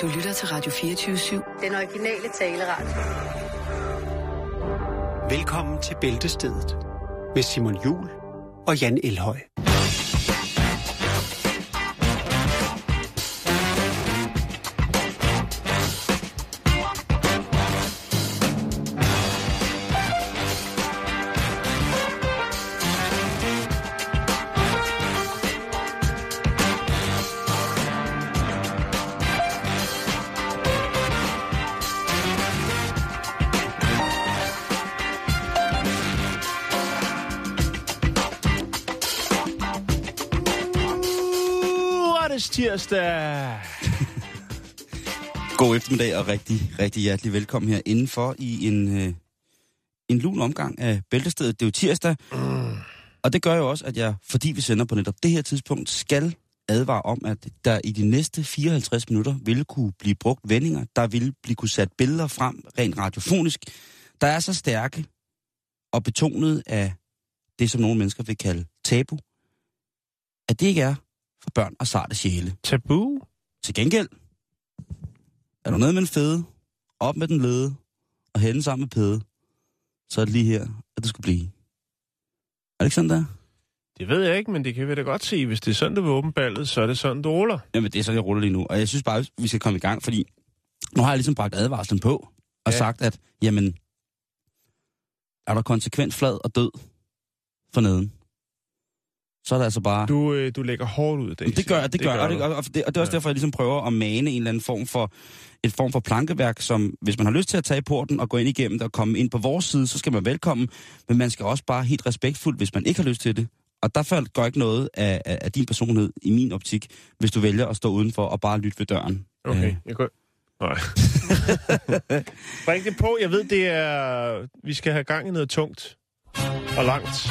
Du lytter til Radio 24/7. Den originale taleradio. Velkommen til Bæltestedet med Simon Juhl og Jan Elhøj. Tirsdag. God eftermiddag og rigtig hjertelig velkommen her indenfor i en lun omgang af Bæltestedet. Det er jo tirsdag, og det gør jo også, at jeg, fordi vi sender på netop det her tidspunkt, skal advare om, at der i de næste 54 minutter ville kunne blive brugt vendinger, der ville kunne sat billeder frem rent radiofonisk, der er så stærke og betonet af det, som nogle mennesker vil kalde tabu, at det ikke er for børn og sarte sjæle. Tabu? Til gengæld er du nede med en fede, op med den lede, og henne sammen med pæde, så er det lige her, at det skulle blive. Er det ikke sådan der? Det ved jeg ikke, men det kan vi da godt se. Hvis det er sådan, du vil åbne ballet, så er det sådan, du ruller. Jamen, det er sådan, jeg ruller lige nu. Og jeg synes bare, vi skal komme i gang, fordi nu har jeg ligesom bragt advarslen på, og sagt, at jamen, er der konsekvent flad og død for neden, så er det altså bare... Du lægger hårdt ud i dag. Det gør jeg. Og det er også derfor, jeg ligesom prøver at mane en eller anden form for plankeværk, som hvis man har lyst til at tage porten og gå ind igennem det og komme ind på vores side, så skal man velkommen. Men man skal også bare helt respektfuldt, hvis man ikke har lyst til det. Og der går ikke noget af din personlighed i min optik, hvis du vælger at stå udenfor og bare lytte ved døren. Okay, jeg går... Nej. Bring det på. Jeg ved, det er... Vi skal have gang i noget tungt og langt.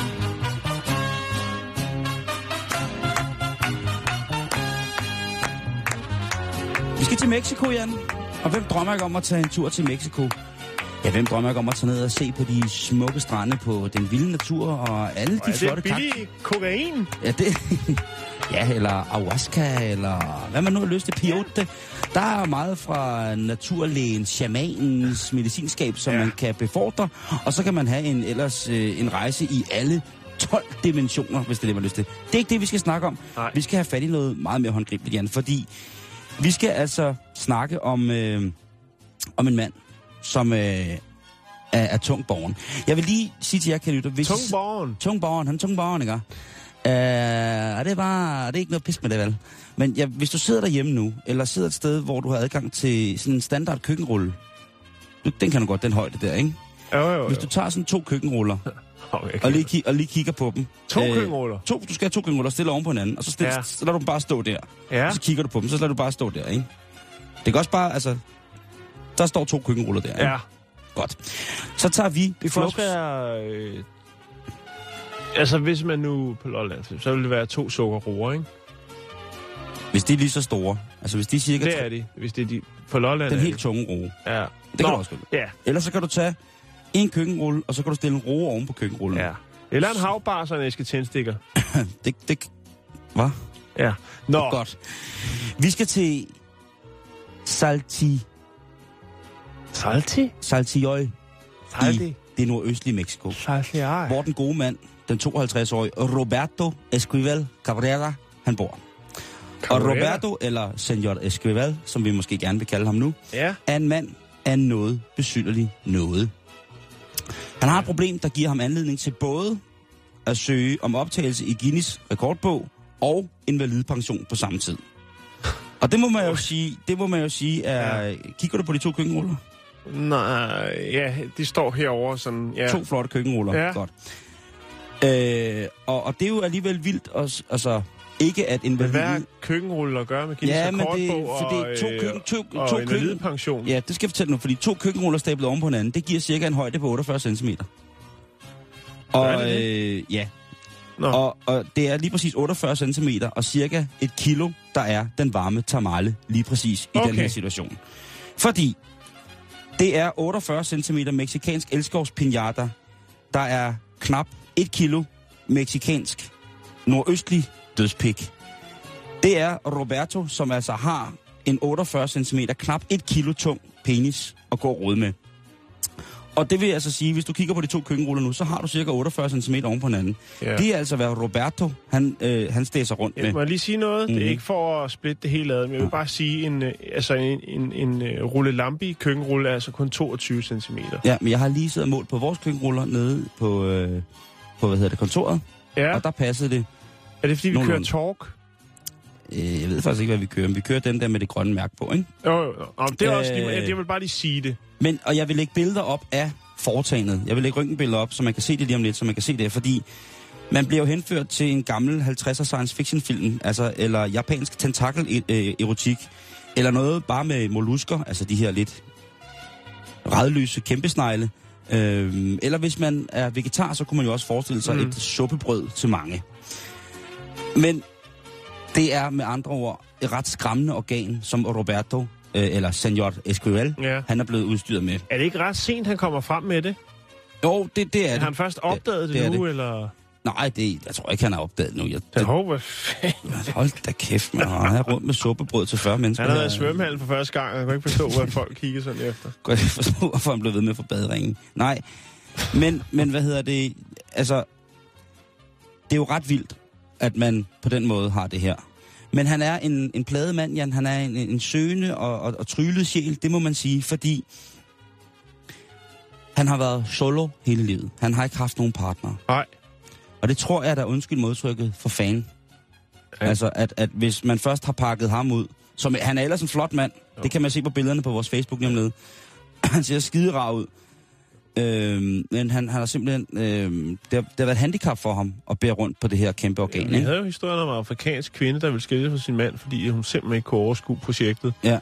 Vi skal til Mexico, Jan. Og hvem drømmer ikke om at tage en tur til Mexico? Ja, hvem drømmer ikke om at tage ned og se på de smukke strande, på den vilde natur og alle de flotte kak? Er det billig kokain? Ja, det... ja, eller ayahuasca, eller hvad man nu har lyst til, peyote. Der er meget fra naturlægen, shamanens medicinskab, som man kan befordre. Og så kan man have en rejse i alle 12 dimensioner, hvis det er det, man har lyst til. Det er ikke det, vi skal snakke om. Nej. Vi skal have fat i noget meget mere håndgribeligt, Jan, fordi... Vi skal altså snakke om en mand, som er tungborgen. Jeg vil lige sige til jer, kan lytte... Tungborgen, han er tungborgen, ikke? Det er ikke noget pis med det, vel? Men hvis du sidder derhjemme nu, eller sidder et sted, hvor du har adgang til sådan en standard køkkenrulle, den kan du godt, den højde der, ikke? Jo. Hvis du tager sådan 2 køkkenruller, okay. og lige kigger på dem. 2 køkkenruller? Du skal have 2 køkkenruller, stille oven på hinanden, og så lader du dem bare stå der. Ja. Og så kigger du på dem, så lader du bare stå der, ikke? Det kan også bare, altså... Der står 2 køkkenruller der, ikke? Ja. Godt. Så tager vi... Det kan også være... altså, hvis man nu på Lolland, så vil det være 2 sukkerroer, ikke? Hvis de er lige så store. Altså, hvis de er cirka... Det er de. Hvis det er de... På Lolland den helt tunge roe. Ja. Det kan du også gøre. Ja. Ellers så kan du tage en køkkenrulle, og så kan du stille en roe oven på køkkenrullen. Ja. Eller en havbar, så en æske tændstikker. det... Hvad? Ja. Nå. Godt. Vi skal til Saltillo i det nordøstlige Mexico. Saltillo. Hvor den gode mand, den 52-årige Roberto Esquivel Cabrera, han bor. Og Roberto, eller Senor Esquivel, som vi måske gerne vil kalde ham nu, er en mand af noget besynderlig noget. Han har et problem, der giver ham anledning til både at søge om optagelse i Guinness rekordbog og invalidepension på samme tid. Og det må man jo sige, er... Kigger du på de 2 køkkenruller? Nej, ja, de står herovre sådan... Ja. 2 flotte køkkenruller, godt. Og det er jo alligevel vildt, altså... Ikke at invalide... Men hvad er køkkenrulle at gøre med Guinness rekordbog og invalidepension? Ja, det skal jeg fortælle nu, fordi 2 køkkenruller stablet oven på hinanden, det giver cirka en højde på 48 cm. Og ja. Og det er lige præcis 48 cm og cirka 1 kilo, der er den varme tamale lige præcis i den her situation. Fordi det er 48 cm mexicansk elskovspinjata, der er knap 1 kilo mexicansk nordøstlig dødspik. Det er Roberto, som altså har en 48 cm, knap 1 kilo tung penis at gå og rode med. Og det vil altså sige, hvis du kigger på de 2 køkkenruller nu, så har du cirka 48 cm oven på hinanden. Ja. Det er altså, hvad Roberto, han stæser rundt med. Må jeg lige sige noget? Det er ikke for at splitte det hele ad, men jeg vil bare sige, en rulle lambi køkkenrulle er altså kun 22 cm. Ja, men jeg har lige siddet og målt på vores køkkenruller nede på kontoret. Ja. Og der passede det. Er det fordi, vi kører Torque? Jeg ved faktisk ikke, hvad vi kører, men vi kører den der med det grønne mærke på, ikke? Jo. Det er også lige, jeg vil bare lige sige det. Og jeg vil lægge billeder op af foretagendet. Jeg vil lægge røntgenbilleder op, så man kan se det lige om lidt, så man kan se det. Fordi man bliver jo henført til en gammel 50'er science fiction film, altså, eller japansk tentakel-erotik, eller noget bare med mollusker, altså de her lidt redløse kæmpesnegle. Eller hvis man er vegetar, så kunne man jo også forestille sig et suppebrød til mange. Men det er med andre ord et ret skræmmende organ, som Roberto, eller Senor Esquivel, han er blevet udstyret med. Er det ikke ret sent, han kommer frem med det? Jo, det er det. Har han først opdaget det nu, eller? Nej, jeg tror ikke, han har opdaget nu. Hvad fanden? Hold da kæft, man. Han har rundt med suppebrød til 40 mennesker. Han har været i svømmehallen for første gang, og jeg kan ikke forstå, hvad folk kigger sådan efter. Jeg kan ikke forstå, hvorfor han blev ved med for baderingen. Nej, men hvad hedder det? Altså, det er jo ret vildt, at man på den måde har det her. Men han er en plademand, Jan. Han er en søgende og tryllet sjæl, det må man sige, fordi han har været solo hele livet. Han har ikke haft nogen partner. Nej. Og det tror jeg, der er undskyld modtrykket for fan. Ja. Altså, at hvis man først har pakket ham ud, som han er ellers en flot mand, det kan man se på billederne på vores Facebook hjemme. Han ser skiderar ud. Men han har simpelthen... det har været et handicap for ham at bære rundt på det her kæmpe organ. Vi havde jo historien om en afrikansk kvinde, der ville skille fra sin mand, fordi hun simpelthen ikke kunne overskue projektet. Ja.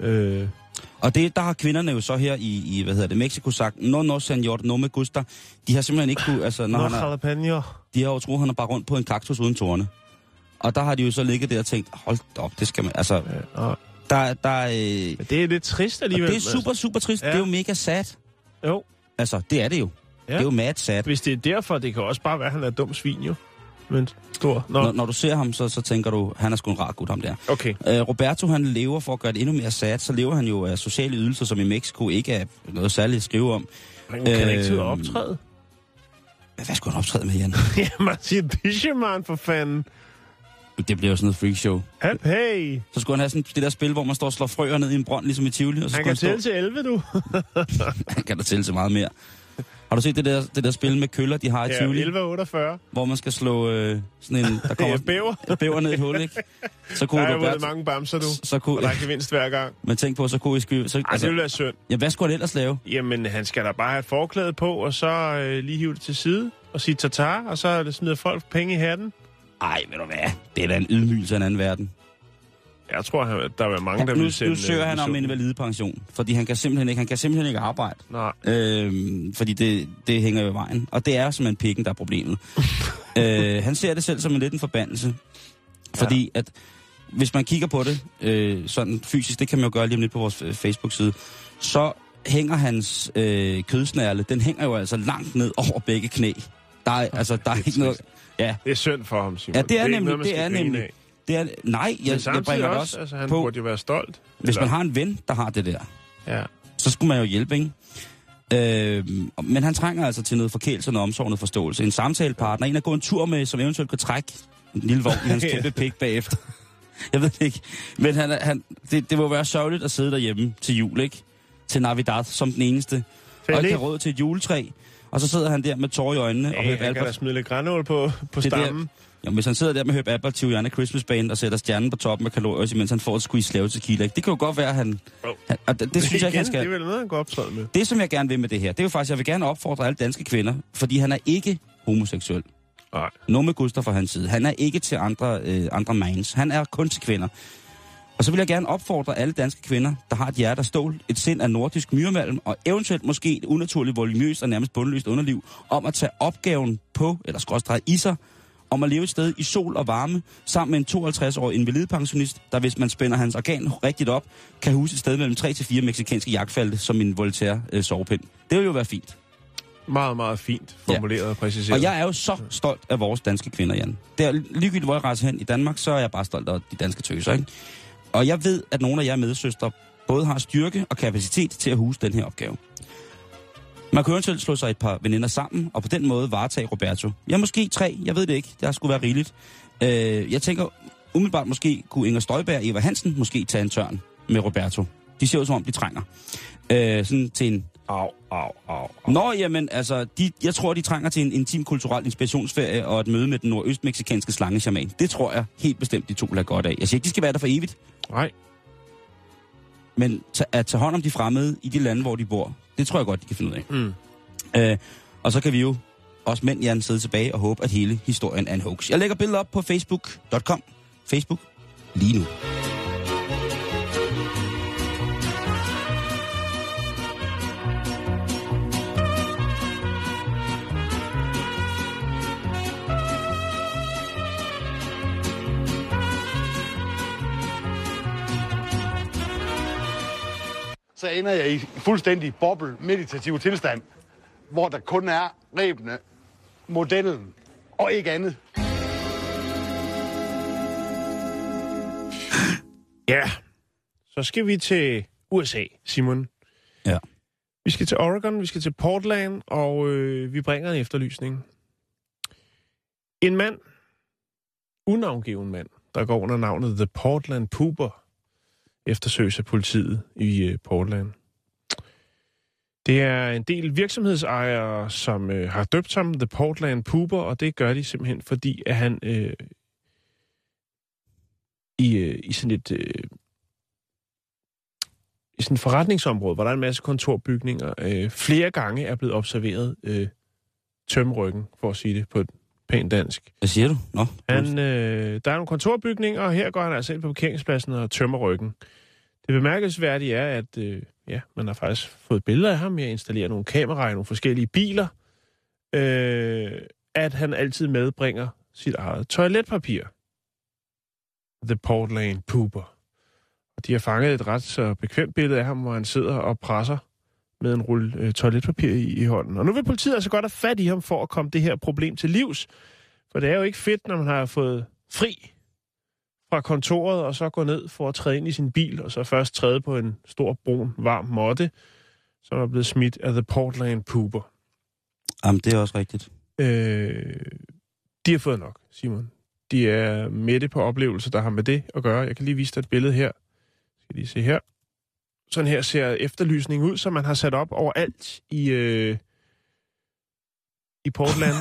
Og der har kvinderne jo så her i Mexico sagt, no, senor, no me gusta. De har simpelthen ikke kunne... Altså, når de har jo troet, han er bare rundt på en kaktus uden torne. Og der har de jo så ligget der og tænkt, hold op, det skal man... Altså, men det er lidt trist alligevel. Og det er super, super trist. Ja. Det er jo mega sad. Jo. Altså, det er det jo. Ja. Det er jo mad sad. Hvis det er derfor, det kan også bare være, at han er dum svin jo. Men stor. Når du ser ham, så tænker du, han er sgu en rar gut, ham der. Okay. Roberto, han lever for at gøre det endnu mere sad, så lever han jo af sociale ydelser, som i Mexico ikke er noget særligt at skrive om. Han kan ikke til at optræde. Hvad skulle han optræde med, Jan? Jamen, siger Bischermann for fanden. Det bliver jo sådan noget freakshow. Hey! Så skulle han have sådan det der spil, hvor man står og slår frøer ned i en brønd, ligesom i Tivoli. Og så han kan tælle til 11, du. Han kan da tælle til meget mere. Har du set det der spil med køller, de har i Tivoli? Ja, 11:48. Hvor man skal slå sådan en... Der kommer bæver ned i et hul, ikke? Så kunne der er mange bamser, du. Og der er gevinst hver gang. Men tænk på, så kunne I skrive... det ville være synd. Ja, hvad skulle han ellers lave? Jamen, han skal da bare have et forklæde på, og så lige hive det til side, og sige tatar, og så smider folk penge i hatten. Ej, ved du hvad? Det er da en ydmygelse af en anden verden. Jeg tror, der er mange, der vil sende... Nu søger han om invalidepension, fordi han kan simpelthen ikke arbejde. Nej. Fordi det hænger jo i vejen. Og det er simpelthen pikken, der er problemet. Han ser det selv som en lidt en forbandelse. Fordi at, hvis man kigger på det sådan fysisk, det kan man jo gøre lige om lidt på vores Facebook-side, så hænger hans kødsnærle, den hænger jo altså langt ned over begge knæ. Der er ikke noget... Ja. Det er synd for ham, Simon. Ja, det er nemlig. Nej, jeg bringer det også altså, han burde jo være stolt. Hvis man har en ven, der har det der, så skulle man jo hjælpe, ikke? Men han trænger altså til noget forkælelse, noget omsorg, noget forståelse. En samtalepartner, en at gå en tur med, som eventuelt kan trække en lille vogn i hans kæmpe pik bagefter. Jeg ved det ikke. Men det må være sørgeligt at sidde derhjemme til jul, ikke? Til Navidad, som den eneste. Og ikke have råd til et juletræ. Og så sidder han der med tårer i øjnene. Og han kan da smide lidt granål på stammen. Jamen, hvis han sidder der med Herb Albert, Tijuana Christmas Band og sætter stjernen på toppen af kalorier, mens han får et squeeze slave tequila. Det kan jo godt være, at han... Det synes jeg ikke, han skal... Det er vel noget, han går optræde med. Det, som jeg gerne vil med det her, det er jo faktisk, jeg vil gerne opfordre alle danske kvinder, fordi han er ikke homoseksuel. Nej. Noget med Gustav fra hans side. Han er ikke til andre minds. Han er kun til kvinder. Og så vil jeg gerne opfordre alle danske kvinder, der har et hjerte af stål, et sind af nordisk myremalm, og eventuelt måske et unaturligt volumøst og nærmest bundløst underliv, om at tage opgaven på, eller skråstreg i sig, om at leve et sted i sol og varme, sammen med en 52-årig invalidepensionist, der hvis man spænder hans organ rigtigt op, kan huse et sted mellem 3 til 4 mexicanske jagtfalde som en Voltaire sovepind. Det vil jo være fint. Meget, meget fint formuleret og præciseret. Og jeg er jo så stolt af vores danske kvinder, Jan. Det er ligegyldigt, hvor jeg rejser hen i Danmark, så er jeg bare stolt af de danske tøser, ikke? Og jeg ved, at nogle af jer medsøstre både har styrke og kapacitet til at huse den her opgave. Man kan eventuelt slå sig et par veninder sammen, og på den måde varetage Roberto. Ja, måske 3, jeg ved det ikke. Det skulle være rigeligt. Jeg tænker, umiddelbart måske kunne Inger Støjberg og Eva Hansen måske tage en tørn med Roberto. De ser ud som om, de trænger. Sådan til en... Au. Nå, jamen, altså, jeg tror, de trænger til en intim kulturel inspirationsferie og et møde med den nordøstmexikanske slangeshaman. Det tror jeg helt bestemt, de to vil have godt af. Jeg siger ikke, de skal være der for evigt. Nej. Men at tage hånd om de fremmede i de lande, hvor de bor, det tror jeg godt, de kan finde ud af. Og så kan vi jo også mænd, Jan, sidde tilbage og håbe, at hele historien er en hoax. Jeg lægger billeder op på facebook.com. Facebook lige nu. Så ender jeg i fuldstændig boble-meditativ tilstand, hvor der kun er rebene, modellen og ikke andet. Ja, så skal vi til USA, Simon. Ja. Vi skal til Oregon, vi skal til Portland, og vi bringer en efterlysning. En mand, unavngiven mand, der går under navnet The Portland Pooper, eftersøges af politiet i Portland. Det er en del virksomhedsejere, som har døbt ham The Portland Pooper, og det gør de simpelthen, fordi at han i sådan et i sådan et forretningsområde, hvor der er en masse kontorbygninger, flere gange er blevet observeret tømryggen, for at sige det på et pænt dansk. Hvad siger du? Nå. Der er nogle kontorbygninger, og her går han altså ind på parkeringspladsen og tømmer ryggen. Det bemærkelsesværdige er, at man har faktisk fået billeder af ham med at installere nogle kameraer i nogle forskellige biler, at han altid medbringer sit eget toiletpapir. The Portland Pooper. Og de har fanget et ret så bekvemt billede af ham, hvor han sidder og presser med en rulle toiletpapir i hånden. Og nu vil politiet altså godt have fat i ham for at komme det her problem til livs. For det er jo ikke fedt, når man har fået fri fra kontoret, og så gå ned for at træde ind i sin bil, og så først træde på en stor, brun, varm måtte, som er blevet smidt af The Portland Pooper. Jamen, det er også rigtigt. De har fået nok, Simon. De er mætte på oplevelser, der har med det at gøre. Jeg kan lige vise dig et billede her. Skal lige se her. Sådan her ser efterlysningen ud, som man har sat op overalt i Portland.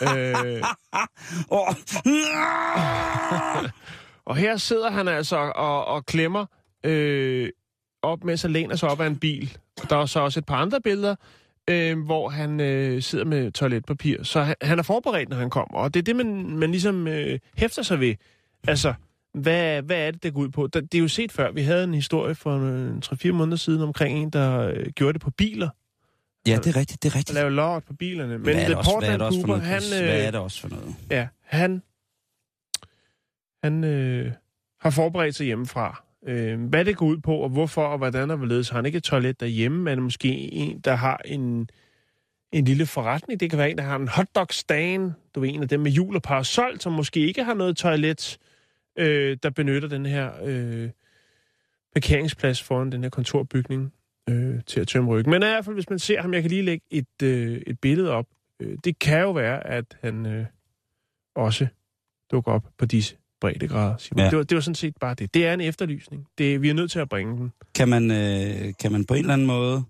Og her sidder han altså og klemmer op, mens han læner sig op af en bil. Der er så også et par andre billeder, hvor han sidder med toiletpapir. Så han er forberedt, når han kommer. Og det er det, man ligesom hæfter sig ved. Altså, hvad er det, der går ud på? Det er jo set før. Vi havde en historie for 3-4 måneder siden omkring en, der gjorde det på biler. Ja, det er rigtigt, det er rigtigt. Og lavede lort på bilerne. Men hvad er The Portland Pooper, hvad er det også for noget? Ja, han har forberedt sig hjemmefra. Hvad det går ud på, og hvorfor, og hvordan og hvorledes. Har han ikke et toilet derhjemme? Er det måske en, der har en lille forretning? Det kan være en, der har en hotdog-stand. Du ved, en af dem med hjul og parasol, som måske ikke har noget toilet, der benytter den her parkeringsplads foran den her kontorbygning til at tømme ryggen. Men i hvert fald, hvis man ser ham, jeg kan lige lægge et billede op. Det kan jo være, at han også dukker op på disse breddegrader. Ja. Det var sådan set bare det. Det er en efterlysning. Vi er nødt til at bringe den. Kan man på en eller anden måde...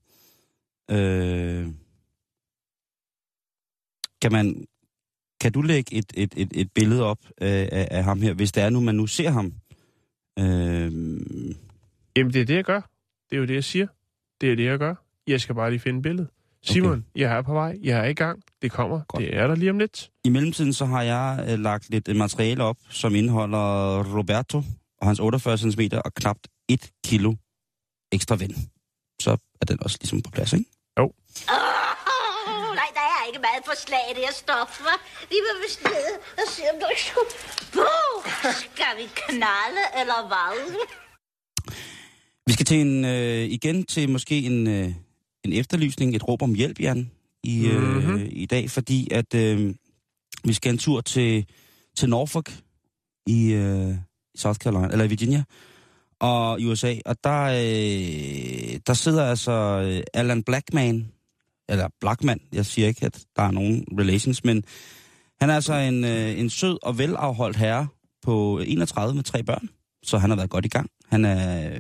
Kan du lægge et billede op af ham her, hvis det er nu, man nu ser ham? Jamen, det er det, jeg gør. Det er jo det, jeg siger. Det er det, jeg gør. Jeg skal bare lige finde billedet. Simon, okay. Jeg er på vej. Jeg er i gang. Det kommer. Godt. Det er der lige om lidt. I mellemtiden så har jeg lagt lidt materiale op, som indeholder Roberto og hans 48 cm og knapt 1 kilo ekstra vind. Så er den også ligesom på plads, ikke? Jo. Nej, der er ikke meget for slag i det her stof, hva'? Vi vil vist ned og se, om du ikke skulle... Skal vi knalde, eller hvad? Vi skal til igen til måske en efterlysning, et råb om hjælp, Jan, i dag, fordi at vi skal en tur til Norfolk i South Carolina, eller Virginia, og i USA, og der sidder altså Alan Blackman, eller Blackman, jeg siger ikke, at der er nogen relations, men han er altså en sød og velafholdt herre på 31 med 3 børn, så han har været godt i gang. Han er,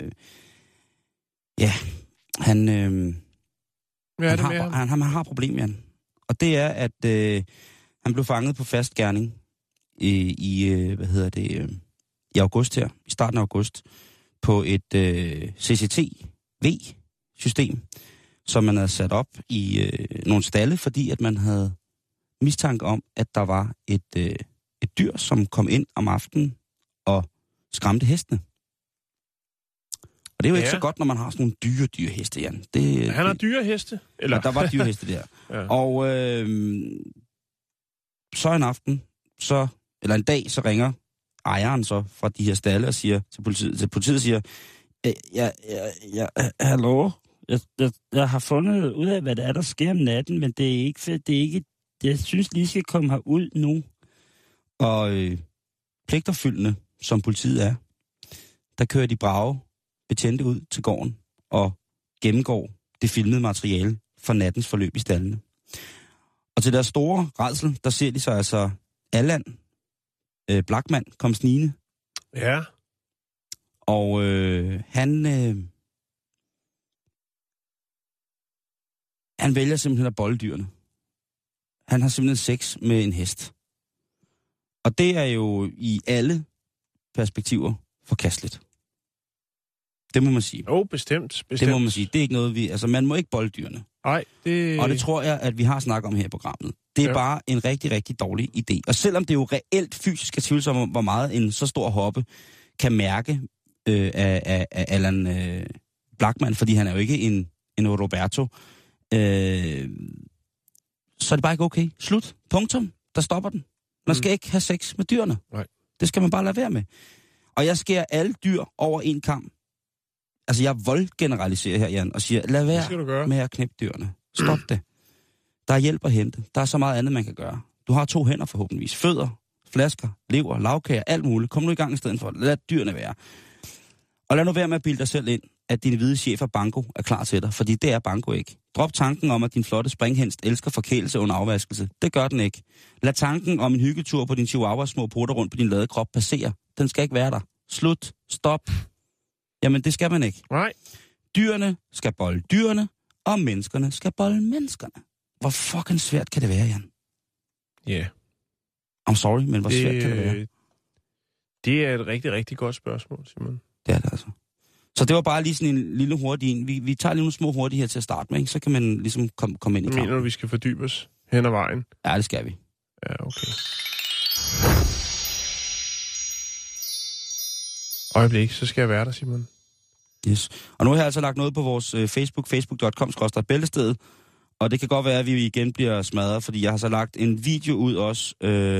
han har problem, Jan. Og det er, at han blev fanget på fast gerning i august her, i starten af august, på et CCTV-system, som man havde sat op i nogle stalde, fordi at man havde mistanke om, at der var et dyr, som kom ind om aftenen og skræmte hestene. Og det er jo ikke så godt, når man har sådan nogle dyre heste, Jan. Han har dyre heste? Eller? Ja, der var dyre heste der. Ja. Og så en aften, eller en dag, så ringer ejeren så fra de her stalle og siger til politiet siger, hallo, jeg har fundet ud af, hvad det er, der sker om natten, men det er ikke, jeg synes lige skal komme herud nu. Og pligtopfyldende, som politiet er, der kører de brave betjente ud til gården og gennemgår det filmede materiale for nattens forløb i stallene. Og til deres store rædsel, der ser de så altså Allan Blackman kom snigende. Ja. Og han vælger simpelthen at bolde dyrene. Han har simpelthen sex med en hest. Og det er jo i alle perspektiver forkasteligt. Det må man sige. Bestemt. Det må man sige. Det er ikke noget, man må ikke bolde dyrene. Nej, det... Og det tror jeg, at vi har snakket om her i programmet. Det er bare en rigtig, rigtig dårlig idé. Og selvom det jo reelt fysisk er tvivlsomt, hvor meget en så stor hoppe kan mærke af Alan Blackman, fordi han er jo ikke en Roberto, så er det bare ikke okay. Slut. Punktum. Der stopper den. Man skal ikke have sex med dyrene. Nej. Det skal man bare lade være med. Og jeg skærer alle dyr over en kam. Altså, jeg voldgeneraliserer her, Jan, og siger, lad være med at knæppe dyrene. Stop det. Der er hjælp at hente. Der er så meget andet, man kan gøre. Du har 2 hænder forhåbentligvis. Fødder, flasker, lever, lavkager, alt muligt. Kom nu i gang i stedet for. Lad dyrene være. Og lad nu være med at bilde dig selv ind, at din hvide chef af Banco er klar til dig, fordi det er Banco ikke. Drop tanken om, at din flotte springhænst elsker forkælelse under afvaskelse. Det gør den ikke. Lad tanken om en hyggetur på din chihuahua små putter rundt på din lade krop passere. Den skal ikke være der. Slut. Stop. Jamen, det skal man ikke. Nej. Dyrene skal bolde dyrene, og menneskerne skal bolde menneskerne. Hvor fucking svært kan det være, Jan? Ja. Yeah. I'm sorry, men hvor svært kan det være? Det er et rigtig, rigtig godt spørgsmål, Simon. Det er det altså. Så det var bare lige sådan en lille hurtig en. Vi tager lige nogle små hurtige her til at starte med, ikke? Så kan man ligesom komme ind i kampen. Mener du, vi skal fordybe os hen ad vejen? Ja, det skal vi. Ja, okay. Øjeblik, så skal jeg være der, Simon. Yes. Og nu har jeg altså lagt noget på vores Facebook, facebook.com/bæltestedet. Og det kan godt være, at vi igen bliver smadret, fordi jeg har så lagt en video ud også.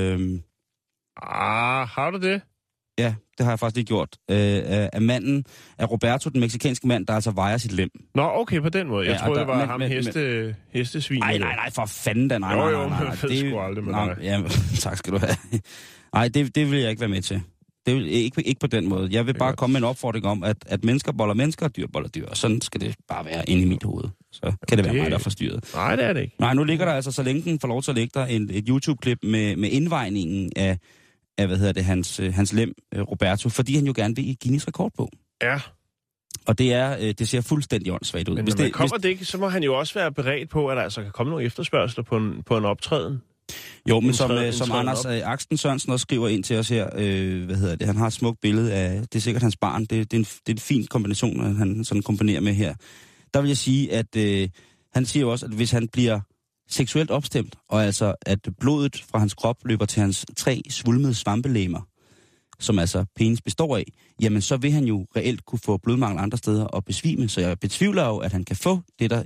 Har du det? Ja, det har jeg faktisk ikke gjort. Af manden, af Roberto, den mexikanske mand, der altså vejer sit lem. Nå, okay, på den måde. Jeg troede, det var ham hestesvin. Nej, for fanden da. Nej, jo, men jeg ved sgu aldrig med dig. Ja, tak skal du have. Nej, det vil jeg ikke være med til. Det vil ikke på den måde. Jeg vil bare komme med en opfordring om, at mennesker boller mennesker, og dyr boller dyr. Og sådan skal det bare være inde i mit hoved. Så kan det være mig, der er forstyrret. Nej, det er det ikke. Nej, nu ligger der altså, så længe den får lov til at ligge der, et YouTube-klip med indvejningen af hans lem, Roberto, fordi han jo gerne vil i Guinness rekordbog. Ja. Og det ser fuldstændig åndssvagt ud. Men når man kommer det ikke, så må han jo også være beredt på, at der altså kan komme nogle efterspørgsler på en optræden. Jo, men som Anders Axten Sørensen også skriver ind til os her, han har et smukt billede af, det er sikkert hans barn, det er en fin kombination, han sådan kombinerer med her. Der vil jeg sige, at han siger jo også, at hvis han bliver seksuelt opstemt, og altså at blodet fra hans krop løber til hans 3 svulmede svampelemmer, som altså penis består af, jamen så vil han jo reelt kunne få blodmangel andre steder og besvime. Så jeg betvivler jo, at han kan få det der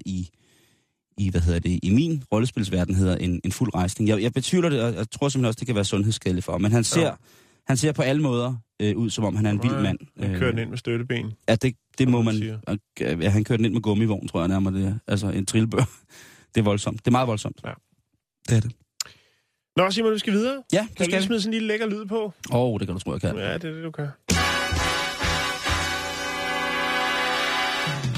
i min rollespilsverden hedder en fuld rejsning. Jeg betvivler det, og jeg tror simpelthen også, det kan være sundhedsskadeligt for ham. Men han ser på alle måder ud, som om han er en vild mand. Han kører den ind med støtteben. Ja, det må man. Ja, han kører den ind med gummivogn, tror jeg nærmere det. Altså en trillebør. Det er voldsomt. Det er meget voldsomt. Ja. Det er det. Nå, Simon, vi skal videre. Ja, det skal vi. Kan du smide sådan en lille lækker lyd på? Det kan du tro, jeg kan. Ja, det er det, du kan.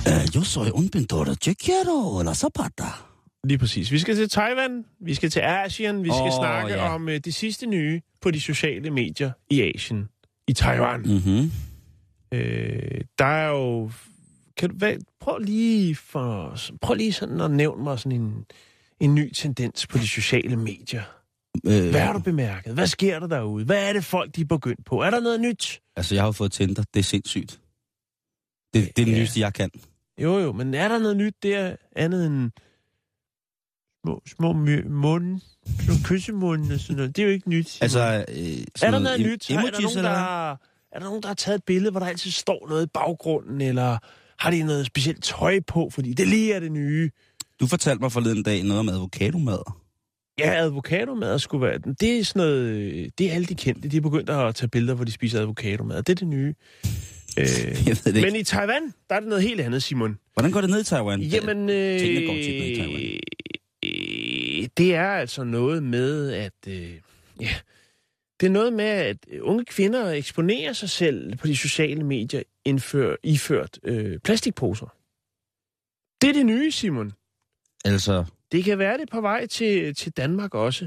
Yo soy un pintor, yo quiero la zapata. Lige præcis. Vi skal til Taiwan, vi skal til Asien, vi skal snakke om de sidste nye på de sociale medier i Asien, i Taiwan. Mm-hmm. Der er jo... Prøv lige sådan at nævne mig sådan en ny tendens på de sociale medier. Hvad har du bemærket? Hvad sker der derude? Hvad er det folk, de er begyndt på? Er der noget nyt? Altså, jeg har jo fået Tinder. Det er sindssygt. Det er det nyeste, jeg kan. Jo, men er der noget nyt der andet end små munde? Nogle kyssemunde og sådan noget. Det er jo ikke nyt. Altså, er der noget nyt? Er der nogen, der har taget et billede, hvor der altid står noget i baggrunden, eller har de noget specielt tøj på, fordi det lige er det nye? Du fortalte mig forleden dag noget om avocadomad. Ja, avocadomad skulle være... Det er sådan noget... Det er alle de kendte. De er begyndt at tage billeder, hvor de spiser avocadomad. Det er det nye. Men i Taiwan, der er det noget helt andet, Simon. Hvordan går det ned i Taiwan? Jamen, tingene går tit ned i Taiwan. Det er altså noget med, at... det er noget med, at unge kvinder eksponerer sig selv på de sociale medier iført plastikposer. Det er det nye, Simon. Altså... Det kan være det på vej til Danmark også.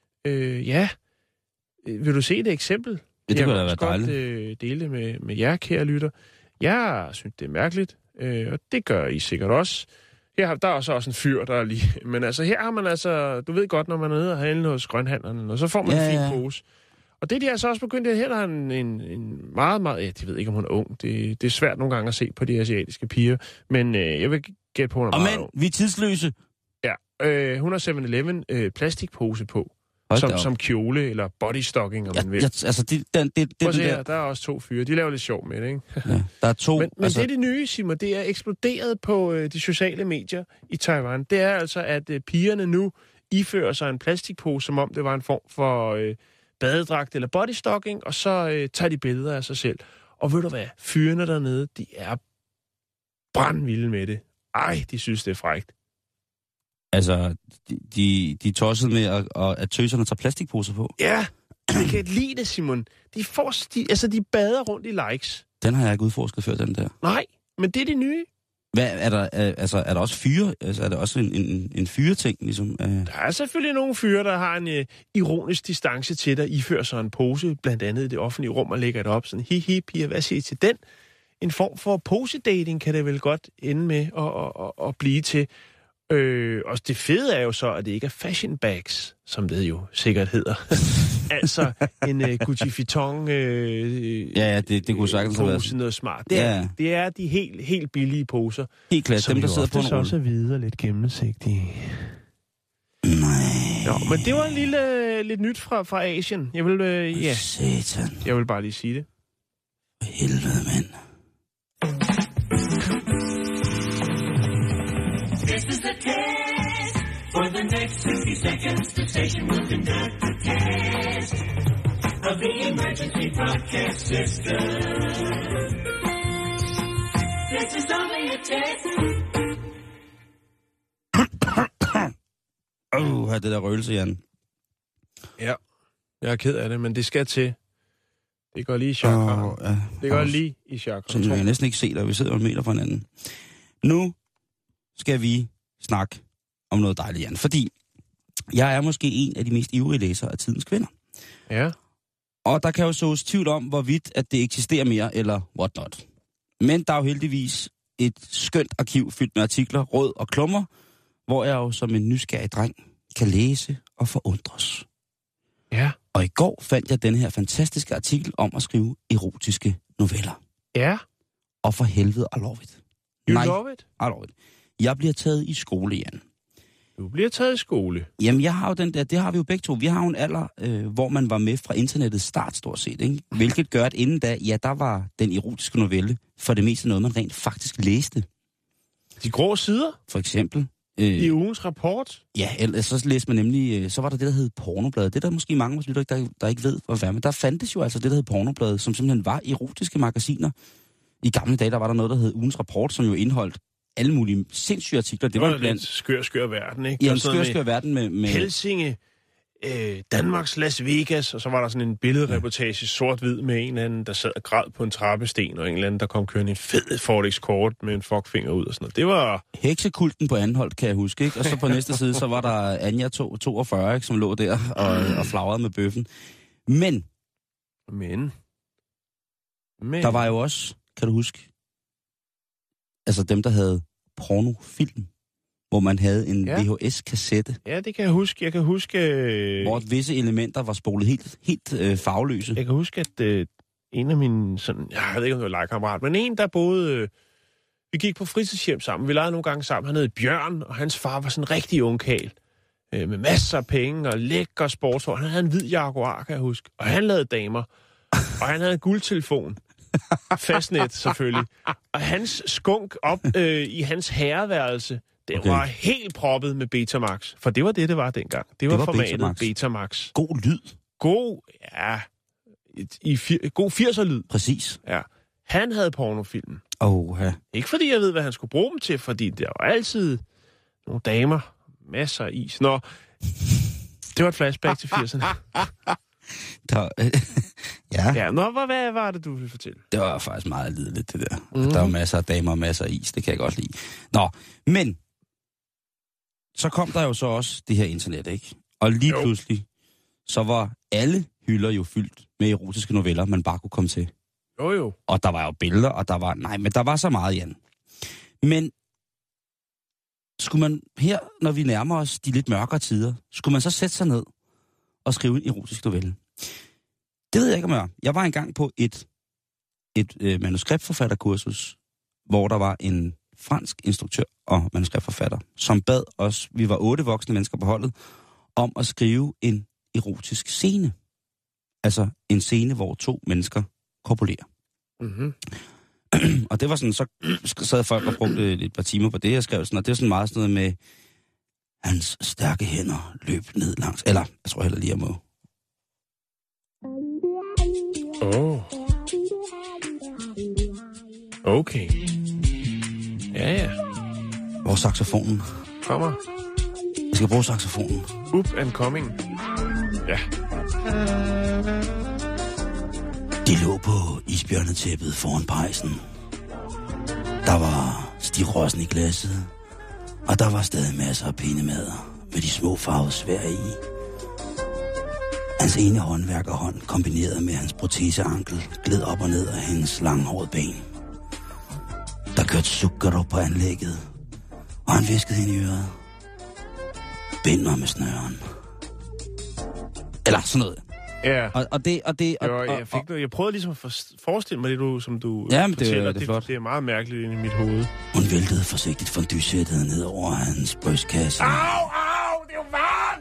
Vil du se et eksempel? Ja, det kunne da være dejligt. Jeg vil godt dele det med jer, kære lytter. Jeg synes, det er mærkeligt, og det gør I sikkert også. Her der er så også en fyr, der er lige... Men altså, her har man altså... Du ved godt, når man er nede og handler hos grønhandlerne, og så får man en fin pose. Og det de er så også begyndt, her der er en meget, meget... Ja, de ved ikke, om hun er ung. Det er svært nogle gange at se på de asiatiske piger. Men jeg vil gætte på, hun er meget ung. Vi er tidsløse. Ja, hun har 7-Eleven plastikpose på. Som kjole eller bodystocking, om man vil. Prøv at se her, der er også 2 fyre. De laver lidt sjov med det, ikke? Ja, der er 2. Men det er det nye, Simon. Det er eksploderet på de sociale medier i Taiwan. Det er altså, at pigerne nu ifører sig en plastikpose, som om det var en form for badedragt eller bodystocking, og så tager de billeder af sig selv. Og ved du hvad? Fyrene dernede, de er brandvilde med det. Ej, de synes, det er frækt. Altså, de tossede med, at tøserne tager plastikposer på. Ja, jeg kan lide det, Simon. De bader rundt i likes. Den har jeg ikke udforsket før, den der. Nej, men det er det nye. Hvad, er der også fyre? Altså, er der også en fyreting, ligesom? Der er selvfølgelig nogle fyre, der har en ironisk distance til, der ifører sig en pose, blandt andet i det offentlige rum, og lægger det op sådan, hi, piger, hvad siger I til den? En form for posedating kan det vel godt ende med at blive til. Og det fede er jo så, at det ikke er fashion bags, som det jo sikkert hedder. Altså en Gucci Vuitton det kunne sagtens have været noget smart. Det er de helt billige poser. Helt klart, dem der sidder på en rulle. Som også er hvide og lidt gennemsigtige. Nej. Nå, men det var lidt nyt fra Asien. Jeg vil, Satan. Jeg vil bare lige sige det. Helvede, mand. This is the test. For the next 60 seconds, the station will conduct a test of the emergency broadcast system. This is only a test. Det der røgelse, Jan. Ja, jeg er ked af det, men det skal til. Det går lige i chakra. Det går lige i chakra. Så jeg kan næsten ikke se dig, vi sidder en meter fra hinanden. Nu skal vi snakke om noget dejligt, Jan. Fordi jeg er måske en af de mest ivrige læsere af tidens kvinder. Ja. Og der kan jo sås tvivl om, hvorvidt at det eksisterer mere, eller what not. Men der er jo heldigvis et skønt arkiv fyldt med artikler, råd og klummer, hvor jeg jo som en nysgerrig dreng kan læse og forundres. Ja. Og i går fandt jeg den her fantastiske artikel om at skrive erotiske noveller. Ja. Og for helvede, I love it. You love it? I love it. Jeg bliver taget i skole, Jan. Du bliver taget i skole? Jamen, jeg har jo den der, det har vi jo begge to. Vi har jo en alder, hvor man var med fra internettets start, stort set, ikke? Hvilket gør, at inden da, der var den erotiske novelle for det meste noget, man rent faktisk læste. De grå sider? For eksempel. I ugens rapport? Ja, ellers så læste man nemlig, så var der det, der hed Pornobladet. Det der måske mange lytter, der ikke ved, hvad det er. Men der fandtes jo altså det, der hed Pornobladet, som simpelthen var erotiske magasiner. I gamle dage, der var der noget, der hed ugens rapport, som jo indeholdt alle mulige sindssyge artikler. Det var blandt skør verden, ikke? Ja, en skør verden med... Helsinge Danmarks Las Vegas, og så var der sådan en billedreportage sort-hvid med en eller anden, der sad og græd på en trappesten, og en eller anden, der kom kørende en fed Ford Escort med en fuckfinger ud og sådan noget. Det var... Heksekulten på Anholt, kan jeg huske, ikke? Og så på næste side, så var der Anja 42, ikke, som lå der og flagrede med bøffen. Men der var jo også, kan du huske, altså dem, der havde pornofilm, hvor man havde en VHS-kassette. Ja, det kan jeg huske. Jeg kan huske... Hvor visse elementer var spolet helt farveløse. Jeg kan huske, at en af mine sådan... Jeg ved ikke, om det var legekammerat, men en, der boede... vi gik på fritidshjem sammen. Vi legede nogle gange sammen. Han hed Bjørn, og hans far var sådan en rigtig ungkarl. Med masser af penge og lækker sportshår. Han havde en hvid Jaguar, kan jeg huske. Og han lavede damer. Og han havde en guldtelefon. Fastnet, selvfølgelig. Og hans skunk op i hans herreværelse, det var helt proppet med Betamax. For det var det var dengang. Det var formatet Betamax. God lyd. God 80'er-lyd. Præcis. Ja. Han havde pornofilmen. Ja. Ikke fordi jeg ved, hvad han skulle bruge dem til, fordi der var altid nogle damer, masser af is. Nå, det var et flashback til 80'erne. Ja, hvad var det, du ville fortælle? Det var faktisk meget lideligt, det der. Der var masser af damer og masser af is, det kan jeg godt lide. Nå, men så kom der jo så også det her internet, ikke? Og lige pludselig, så var alle hylder jo fyldt med erotiske noveller, man bare kunne komme til. Jo. Og der var jo billeder, og der var så meget, Jan. Men skulle man her, når vi nærmer os de lidt mørkere tider, skulle man så sætte sig ned og skrive en erotisk novelle? Det ved jeg ikke, om jeg. Jeg var engang på et manuskriptforfatterkursus, hvor der var en fransk instruktør og manuskriptforfatter, som bad os, vi var 8 voksne mennesker på holdet, om at skrive en erotisk scene. Altså en scene, hvor 2 mennesker korpulerer. Mm-hmm. Og det var sådan, så sad folk og brugte et par timer på det, jeg skrev sådan, og det er sådan meget sådan noget med, hans stærke hænder løb ned langs, eller jeg tror heller lige, jeg må. Okay. Ja. Hvor er saxofonen? Kommer. Jeg skal bruge saxofonen. Up and coming. Ja. De lå på isbjørnetæppet foran pejsen. Der var stirossen i glasset, og der var stadig masser af pæne mader med de små farvesvær i. Hans ene håndværkerhånd, kombineret med hans proteseankel, gled op og ned af hendes langhårede ben. Der kørte sukker på anlægget, og han viskede hende i øret. Bind mig med snøren. Eller sådan noget. Ja. Jeg prøvede ligesom at forestille mig det, som du fortæller. Det er flot. Det er meget mærkeligt inde i mit hoved. Hun væltede forsigtigt fondue-sættet ned over hans brystkasse. Au, det er jo varmt!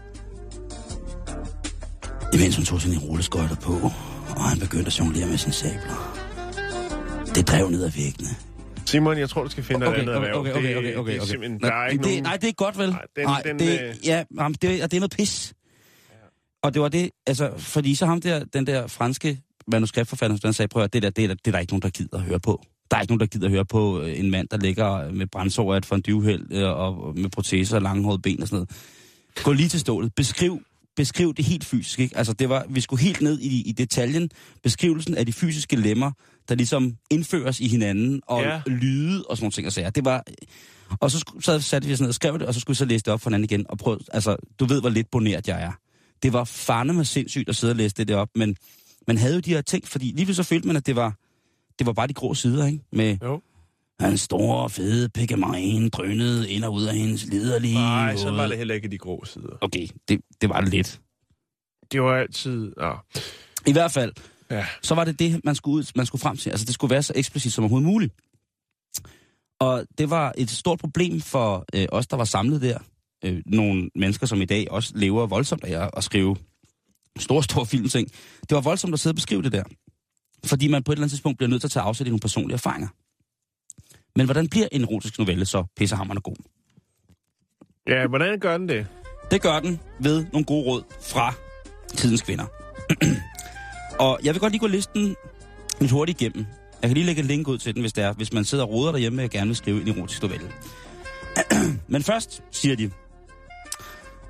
Imens hun tog sine rulleskøjter på, og han begyndte at jonglere med sine sabler. Det drev ned ad væggene. Simon, jeg tror, du skal finde dig et andet erhverv. Okay. Det er simpelthen, der er ikke nogen... Nej, det er godt, vel? Det er noget pis. Ja. Og det var det, altså, fordi så ham der, den der franske manuskriptforfatter, der sagde, prøv at det er der ikke nogen, der gider at høre på. Der er ikke nogen, der gider at høre på en mand, der ligger med brændsår af et fonduehæld og med proteser og langhårede ben og sådan noget. Gå lige til stålet. Beskriv det helt fysisk, ikke? Altså, vi skulle helt ned i detaljen. Beskrivelsen af de fysiske lemmer, der ligesom indføres i hinanden, og lyde og sådan nogle ting og sager. Det var... Og så satte vi sådan ned og skrev det, og så skulle vi så læse det op for hinanden igen, og prøve... Altså, du ved, hvor lidt boneret jeg er. Det var fandeme sindssygt at sidde og læse det op, men man havde jo de her ting, fordi lige så følte man, at det var bare de grå sider, ikke? Med hans store, fede pikkemarine drønede ind og ud af hendes liderlige... Nej, så var det heller ikke de grå sider. Okay, det var det lidt. Det var altid... Ja. I hvert fald, så var det, man skulle frem til. Altså, det skulle være så eksplicit som overhovedet muligt. Og det var et stort problem for os, der var samlet der. Nogle mennesker, som i dag også lever voldsomt af at skrive store filmting. Det var voldsomt at sidde og beskrive det der. Fordi man på et eller andet tidspunkt bliver nødt til at tage afsæt i nogle personlige erfaringer. Men hvordan bliver en erotisk novelle så pissehammerende god? Ja, hvordan gør den det? Det gør den ved nogle gode råd fra tidens kvinder. Og jeg vil godt lige gå listen lidt hurtigt igennem. Jeg kan lige lægge et link ud til den, hvis man sidder og roder derhjemme og gerne vil skrive en erotisk novelle. Men først siger de,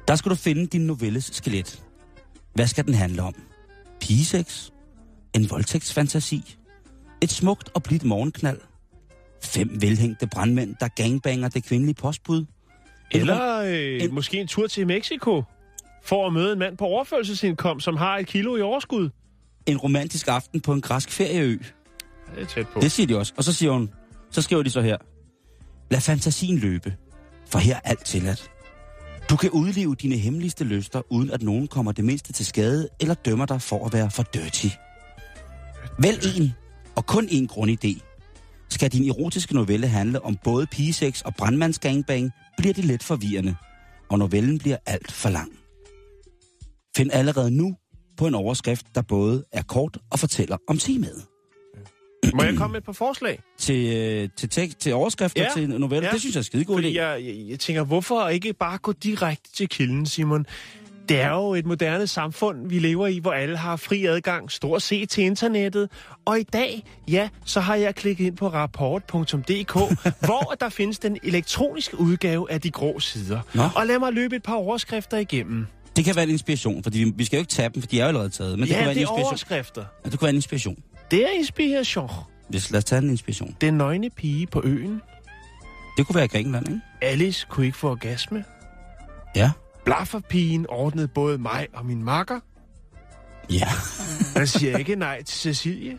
Der skal du finde din novelles skelet. Hvad skal den handle om? Pigesex? En voldtægtsfantasi? Et smukt og blidt morgenknald? 5 velhængte brandmænd, der gangbanger det kvindelige postbud? Eller måske en tur til Mexico for at møde en mand på overførselsindkomst, som har 1 kilo i overskud. En romantisk aften på en græsk ferieø? Det er tæt på. Det siger de også. Og så siger hun, så skriver de så her. Lad fantasien løbe, for her er alt tilladt. Du kan udleve dine hemmeligste lyster, uden at nogen kommer det mindste til skade, eller dømmer dig for at være for dirty. Vælg en, og kun en grundidé. Skal din erotiske novelle handle om både pigesex og brandmandsgangbang, bliver det let forvirrende, og novellen bliver alt for lang. Find allerede nu på en overskrift, der både er kort og fortæller om temaet. Må jeg komme med et par forslag? Til overskrifter, Ja. til noveller? Ja. Det synes jeg er skidegod Fordi idé. jeg tænker, hvorfor ikke bare gå direkte til kilden, Simon? Det er jo et moderne samfund, vi lever i, hvor alle har fri adgang, stort set til internettet. Og i dag, ja, så har jeg klikket ind på rapport.dk, hvor der findes den elektroniske udgave af de grå sider. Nå. Og lad mig løbe et par overskrifter igennem. Det kan være en inspiration, fordi vi skal jo ikke tage dem, for de er jo allerede taget. Men det kan Ja, være en det er inspiration. overskrifter. Ja, det kan være en inspiration. Det er inspiration. Lad os tage en inspiration. Den nøgne pige på øen. Det kunne være i Grækenland, ikke? Alice kunne ikke få orgasme. Ja. Blafferpigen ordnede både mig og min makker. Ja. Man siger ikke nej til Cecilie.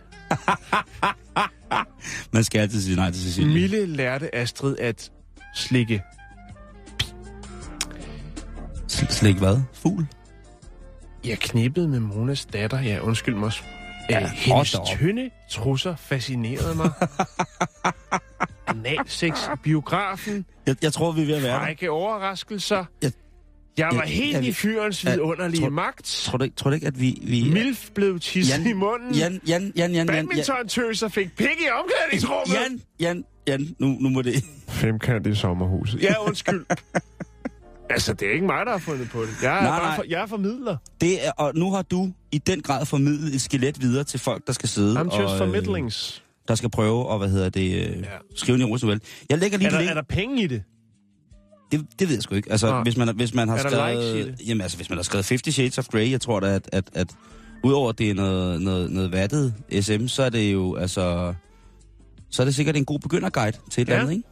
Man skal altid sige nej til Cecilie. Mille lærte Astrid at slikke. Slik hvad? Fugl? Jeg knippede med Monas datter. Ja, undskyld mig. Ja, Hendes hold da op. tynde trusser fascinerede mig. Analsex i biografen. Jeg tror, vi er ved at være der. Frække overraskelser. Jeg- Jeg var jeg- helt jeg- i fyrens vidunderlige magt. Tror du ikke, at vi... Milf blev tisset i munden. Jan. Badminton-tøser fik pik i omklædningsrummet. Jan, nu må det... Femkant i sommerhuset. Ja, undskyld. Altså, det er ikke mig, der har fundet på det. Jeg er, Nej. jeg er formidler. Det er, og nu har du i den grad formidlet et skelet videre til folk, der skal sidde I'm just og... formidlings. Der skal prøve at, skrive en erotisk novelle. Jeg lægger lige Er der penge i det? Det ved jeg sgu ikke. Altså, Nå. hvis man har Er der skrevet... likes i det? Jamen, altså, hvis man har skrevet 50 Shades of Grey, jeg tror da, at udover det er noget vattet SM, så er det jo, altså... Så er det sikkert en god begynderguide til et eller andet,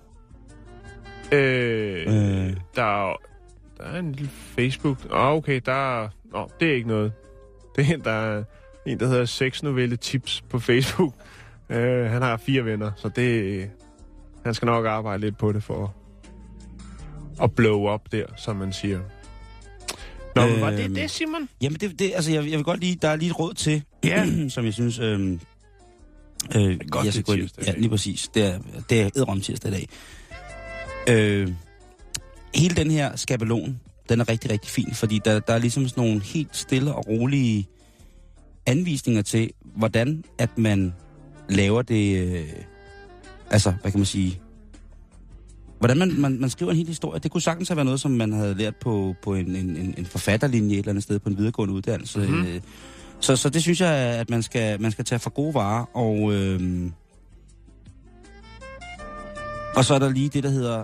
ikke? Der er en lille Facebook. Okay, det er ikke noget. Der er en, der hedder 6 novelle tips på Facebook. Han har 4 venner, så han skal nok arbejde lidt på det for at blow up der, som man siger. Nå, men var det, Simon? Jamen, altså, jeg vil godt lige... Der er lige et råd til, som jeg synes... godt, jeg skal det er gå tirsdag. ja, lige præcis. Det er edderom tirsdag i dag. Hele den her skabelon, den er rigtig, rigtig fin, fordi der er ligesom sådan nogle helt stille og rolige anvisninger til, hvordan at man laver det... altså, hvad kan man sige... Hvordan man skriver en hel historie. Det kunne sagtens have været noget, som man havde lært på en forfatterlinje et eller andet sted på en videregående uddannelse. Mm-hmm. Så det synes jeg, at man skal tage for gode varer. Og så er der lige det, der hedder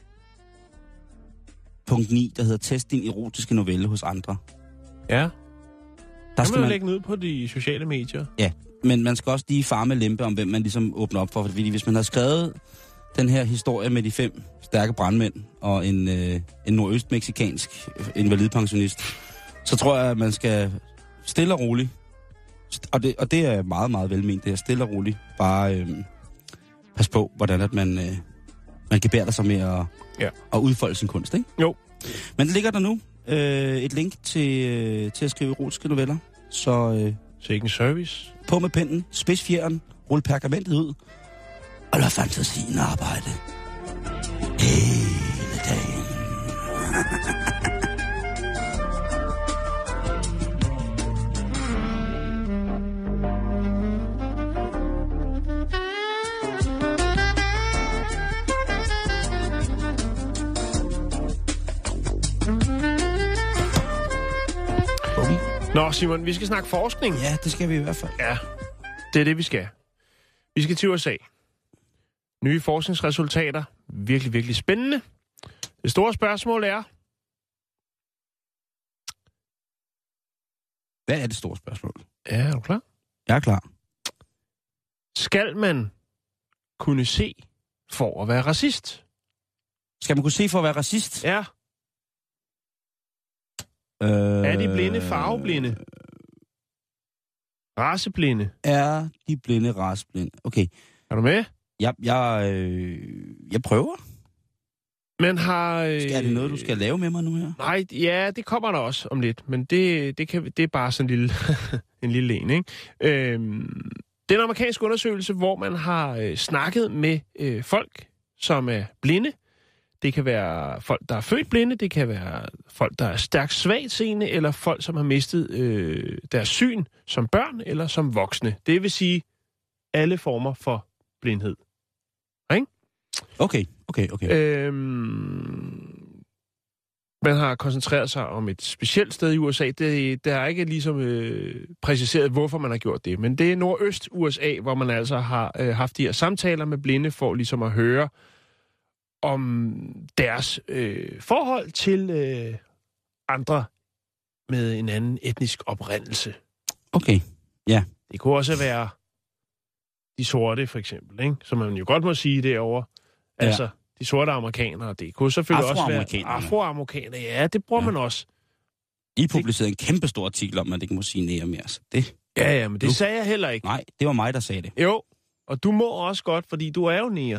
punkt 9, der hedder test din erotiske novelle hos andre. Ja. Der Kan man lægge den ud på de sociale medier? Ja, men man skal også lige farme lempe om, hvem man ligesom åbner op for. Fordi hvis man har skrevet den her historie med de 5 stærke brandmænd og en nordøstmeksikansk invalidpensionist, så tror jeg, at man skal stille og roligt, og det er meget, meget velment, det er stille og roligt, bare pas på, hvordan at man gebærder sig med at udfolde sin kunst, ikke? Jo. Men det ligger der nu et link til at skrive erotiske noveller, så Sikke en service. på med pennen, spids fjeren, rul pergamentet ud, og lad fantasien arbejde hele dagen. Nå, Simon, vi skal snakke forskning. Ja, det skal vi i hvert fald. Ja, det er det, vi skal. Vi skal til USA. Nye forskningsresultater. Virkelig, virkelig spændende. Det store spørgsmål er, Hvad er det store spørgsmål? Ja, er du klar? Jeg er klar. Skal man kunne se for at være racist? Skal man kunne se for at være racist? Ja. Er de blinde farveblinde? Raceblinde? Er de blinde raceblinde? Okay. Er du med? Jeg prøver. Men har... Er det noget, du skal lave med mig nu her? Nej, ja, det kommer der også om lidt, men det er bare sådan en lille, en lille en, ikke? Det er en amerikansk undersøgelse, hvor man har snakket med folk, som er blinde. Det kan være folk, der er født blinde, det kan være folk, der er stærkt svagtseende, eller folk, som har mistet deres syn som børn eller som voksne. Det vil sige alle former for blindhed. Ikke? Okay. Man har koncentreret sig om et specielt sted i USA. Der er ikke ligesom præciseret, hvorfor man har gjort det. Men det er nordøst USA, hvor man altså har haft de her samtaler med blinde for ligesom at høre om deres forhold til andre med en anden etnisk oprindelse. Okay, ja. Det kunne også være de sorte, for eksempel, ikke? Som man jo godt må sige derovre. Ja. Altså, de sorte amerikanere. Det kunne selvfølgelig også være afroamerikanere. Ja, det bruger man også. I publicerede en kæmpe stor artikel om, at det ikke må sige nære mere. Så det... Ja, men det sagde jeg heller ikke. Nej, det var mig, der sagde det. Jo, og du må også godt, fordi du er jo nære.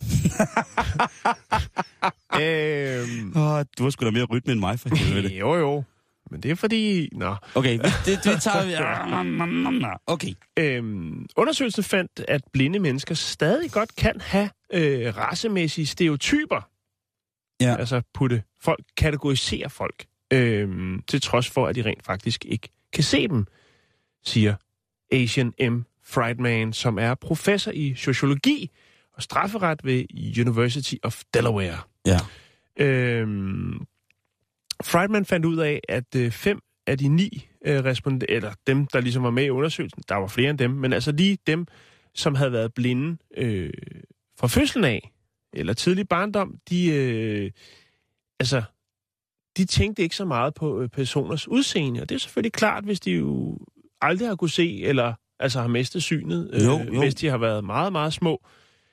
Du har sgu da mere rytme end mig, for helvede. Jo. Men det er fordi... Nå. Okay, det tager vi... Okay. Undersøgelsen fandt, at blinde mennesker stadig godt kan have racemæssige stereotyper. Ja. Altså kategorisere folk. Til trods for, at de rent faktisk ikke kan se dem, siger Asian M. Friedman, som er professor i sociologi og strafferet ved University of Delaware. Ja. Friedman fandt ud af, at 5 af de 9 respondenter, eller dem, der ligesom var med i undersøgelsen, der var flere end dem, men altså lige dem, som havde været blinde fra fødslen af, eller tidlig barndom, de tænkte ikke så meget på personers udseende, og det er selvfølgelig klart, hvis de jo aldrig har kunne se, eller altså har mistet synet, hvis de har været meget, meget små.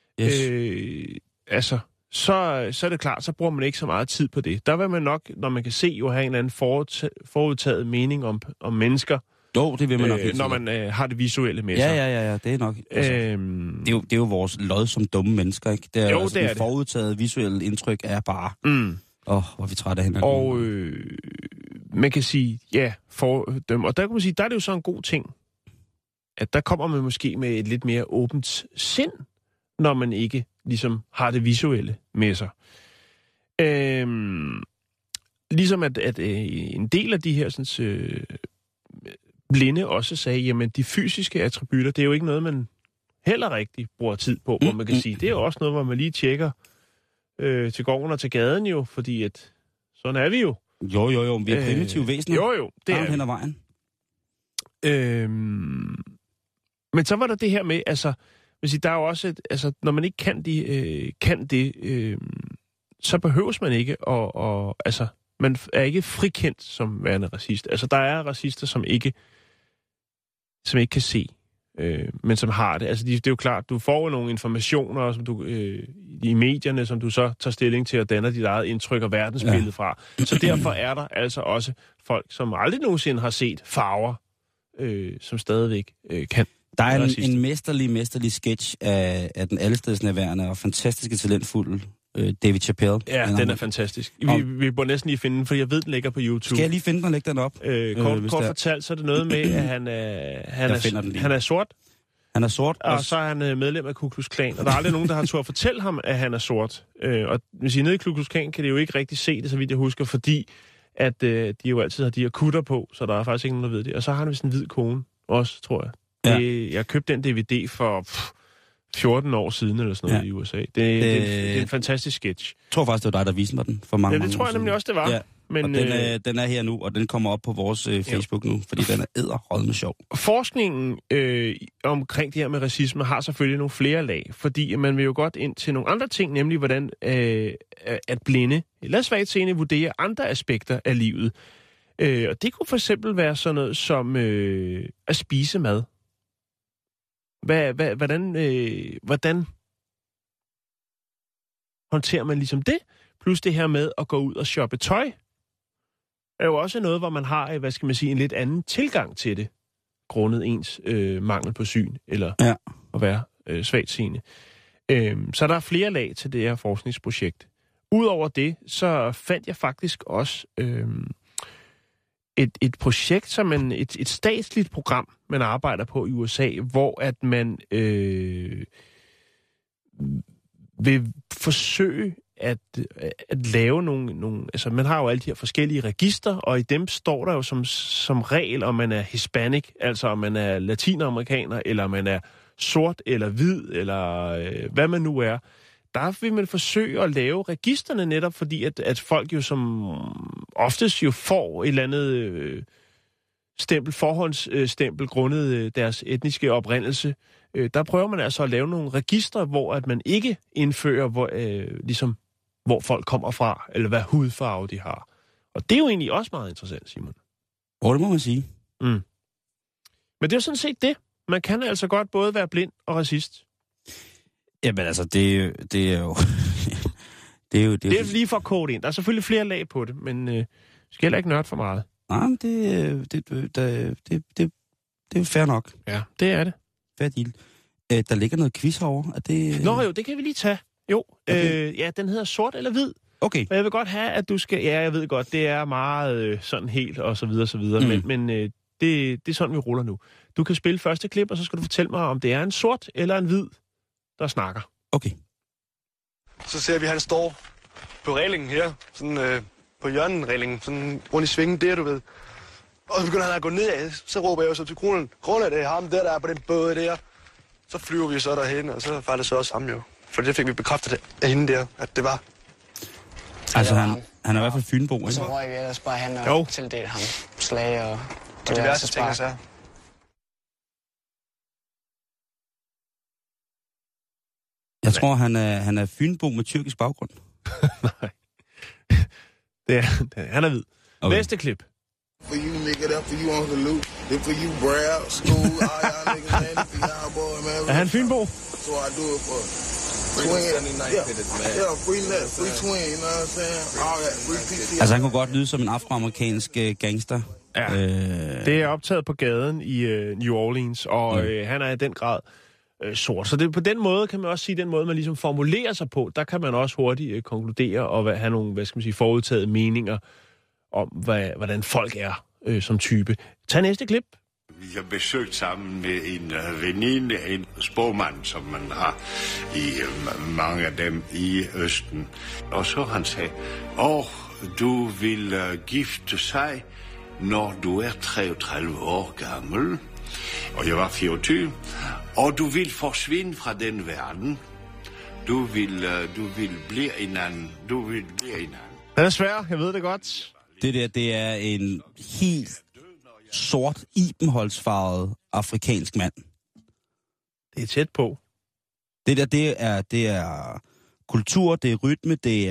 Yes. Så er det klart, så bruger man ikke så meget tid på det. Der vil man nok, når man kan se, jo have en eller anden forudtaget mening om mennesker. Jo, det vil man nok. Når man har det visuelle med sig. Ja, det er nok. Altså, det er jo vores lod som dumme mennesker, ikke? Det er jo, altså, det er forudtaget visuelle indtryk er bare... hvor vi trætte af hinanden. Og man kan sige, ja, for dem. Og der kan man sige, der er det jo så en god ting, at der kommer man måske med et lidt mere åbent sind, når man ikke ligesom har det visuelle med sig. Ligesom at en del af de her sådan, blinde også sagde, jamen de fysiske attributter, det er jo ikke noget, man heller rigtig bruger tid på, hvor man kan sige, det er jo også noget, hvor man lige tjekker til gården og til gaden jo, fordi at sådan er vi jo. Jo, vi er primitive væsener. Jo, det er hen ad vejen. Men så var der det her med, altså, der er jo også, når man ikke kan det, så behøves man ikke, og man er ikke frikendt som værende racist. Altså, der er racister, som ikke kan se, men som har det. Altså, det er jo klart, du får jo nogle informationer, som du i medierne, som du så tager stilling til og danner dit eget indtryk og verdensbillede fra. Så derfor er der altså også folk, som aldrig nogensinde har set farver, som stadigvæk kan. Der er en mesterlig sketch af den allestedsnærværende og fantastiske talentfulde David Chappelle. Ja, den er fantastisk. Vi burde næsten lige finde den, for jeg ved, den ligger på YouTube. Skal jeg lige finde den og lægge den op? Kort fortalt, så er det noget med, at han er sort. Han er sort. Og så er han medlem af Ku Klux Klan. Og der er aldrig nogen, der har turde fortælle ham, at han er sort. Og hvis I er nede i Ku Klux Klan, kan det jo ikke rigtig se det, så vidt jeg husker, fordi at de jo altid har de her kutter på, så der er faktisk ikke nogen, der ved det. Og så har han vist en hvid kone også, tror jeg. Ja. Jeg købte den DVD for 14 år siden eller sådan noget i USA. Det er en fantastisk sketch. Jeg tror faktisk, det var dig, der viste mig den for mange år. Det tror jeg nemlig også, det var. Ja. Men, og den er her nu, og den kommer op på vores Facebook nu, fordi den er edderholdende sjov. Forskningen omkring det her med racisme har selvfølgelig nogle flere lag, fordi man vil jo godt ind til nogle andre ting, nemlig hvordan at blinde eller svagtseende vurderer andre aspekter af livet. Og det kunne for eksempel være sådan noget som at spise mad. Hvordan håndterer man ligesom det? Plus det her med at gå ud og shoppe tøj, er jo også noget, hvor man har, en lidt anden tilgang til det, grundet ens mangel på syn, eller at være svagtseende. Så der er flere lag til det her forskningsprojekt. Udover det, så fandt jeg faktisk også et projekt, som et statsligt program, man arbejder på i USA, hvor at man vil forsøge at lave nogle... Altså, man har jo alle de her forskellige register, og i dem står der jo som regel, om man er hispanic, altså om man er latinamerikaner, eller om man er sort eller hvid, eller hvad man nu er. Der vil man forsøge at lave registerne netop, fordi at folk jo som oftest jo får et eller andet forhåndsstempel grundet deres etniske oprindelse. Der prøver man altså at lave nogle registre, hvor at man ikke indfører, hvor folk kommer fra, eller hvad hudfarve de har. Og det er jo egentlig også meget interessant, Simon. Det må man sige. Mm. Men det er jo sådan set det. Man kan altså godt både være blind og racist. Jamen altså, det er jo... det er lige for at kode ind. Der er selvfølgelig flere lag på det, men skal heller ikke nørde for meget. Nej, men det er fair nok. Ja, det er det. Fair deal. Der ligger noget quiz herovre. Nå jo, det kan vi lige tage. Jo, okay. Den hedder sort eller hvid. Okay. Og jeg vil godt have, at du skal... Ja, jeg ved godt, det er meget sådan helt og så videre, så videre. Mm. Men det er sådan, vi ruller nu. Du kan spille første klip, og så skal du fortælle mig, om det er en sort eller en hvid, der snakker. Okay. Så ser vi, at han står på reglingen her, sådan på hjørnen-reglingen, sådan rundt i svingen der, du ved. Og så begynder han at gå nedad, så råber jeg jo så til kronen, Krone, det er ham der er på den båd der. Så flyver vi så derhen, og så var det så også ham jo. For det fik vi bekræftet af hende der, at det var. Altså han er i hvert fald fynbo, ikke? Så røg vi ellers bare hen og tildelte ham slag og diverse ting og sager. Jeg tror, han er fynbo med tyrkisk baggrund. Nej. Han er hvid. Okay. Næste klip. For you nigga, that for you Uncle Luke, det for you Brad, school, all y'all niggas, man, for y'all boy, man. Er han fynbo? So I do it for twin, yeah, free net, free twin, you know what I'm saying? All that, free PC. Altså, han kunne godt lyde som en afroamerikansk gangster. Ja, det er optaget på gaden i New Orleans, og han er i den grad sort. Så det, på den måde kan man også sige, den måde, man ligesom formulerer sig på, der kan man også hurtigt konkludere og have nogle, forudtagede meninger om, hvordan folk er som type. Tag næste klip. Vi har besøgt sammen med en veninde, en spåmand, som man har i mange af dem i Østen. Og så han sagde, du vil gifte sig, når du er 33 år gammel. Og jeg var 24. Og du vil forsvinde fra den verden. Du vil blive en anden. Det er svært, jeg ved det godt. Det er en helt sort, ibenholdsfarvet afrikansk mand. Det er tæt på. Det er kultur, det er rytme, det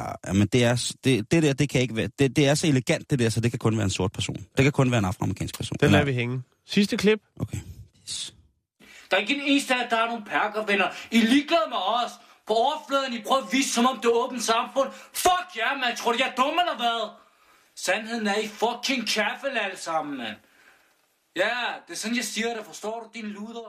kan ikke være. Det er så elegant, det der, så det kan kun være en sort person. Det kan kun være en afroamerikansk person. Den lader vi hænge. Sidste klip. Okay. Yes. Der er ikke en eneste af, der er nogle perkervenner. I er ligeglade med os. På overfladen, I prøver at vise, som om det er åbent samfund. Fuck ja, man. Tror du, jeg er dum eller hvad? Sandheden er, I fucking kaffel alle sammen, mand. Ja, det er sådan, jeg siger det. Forstår du, din luder?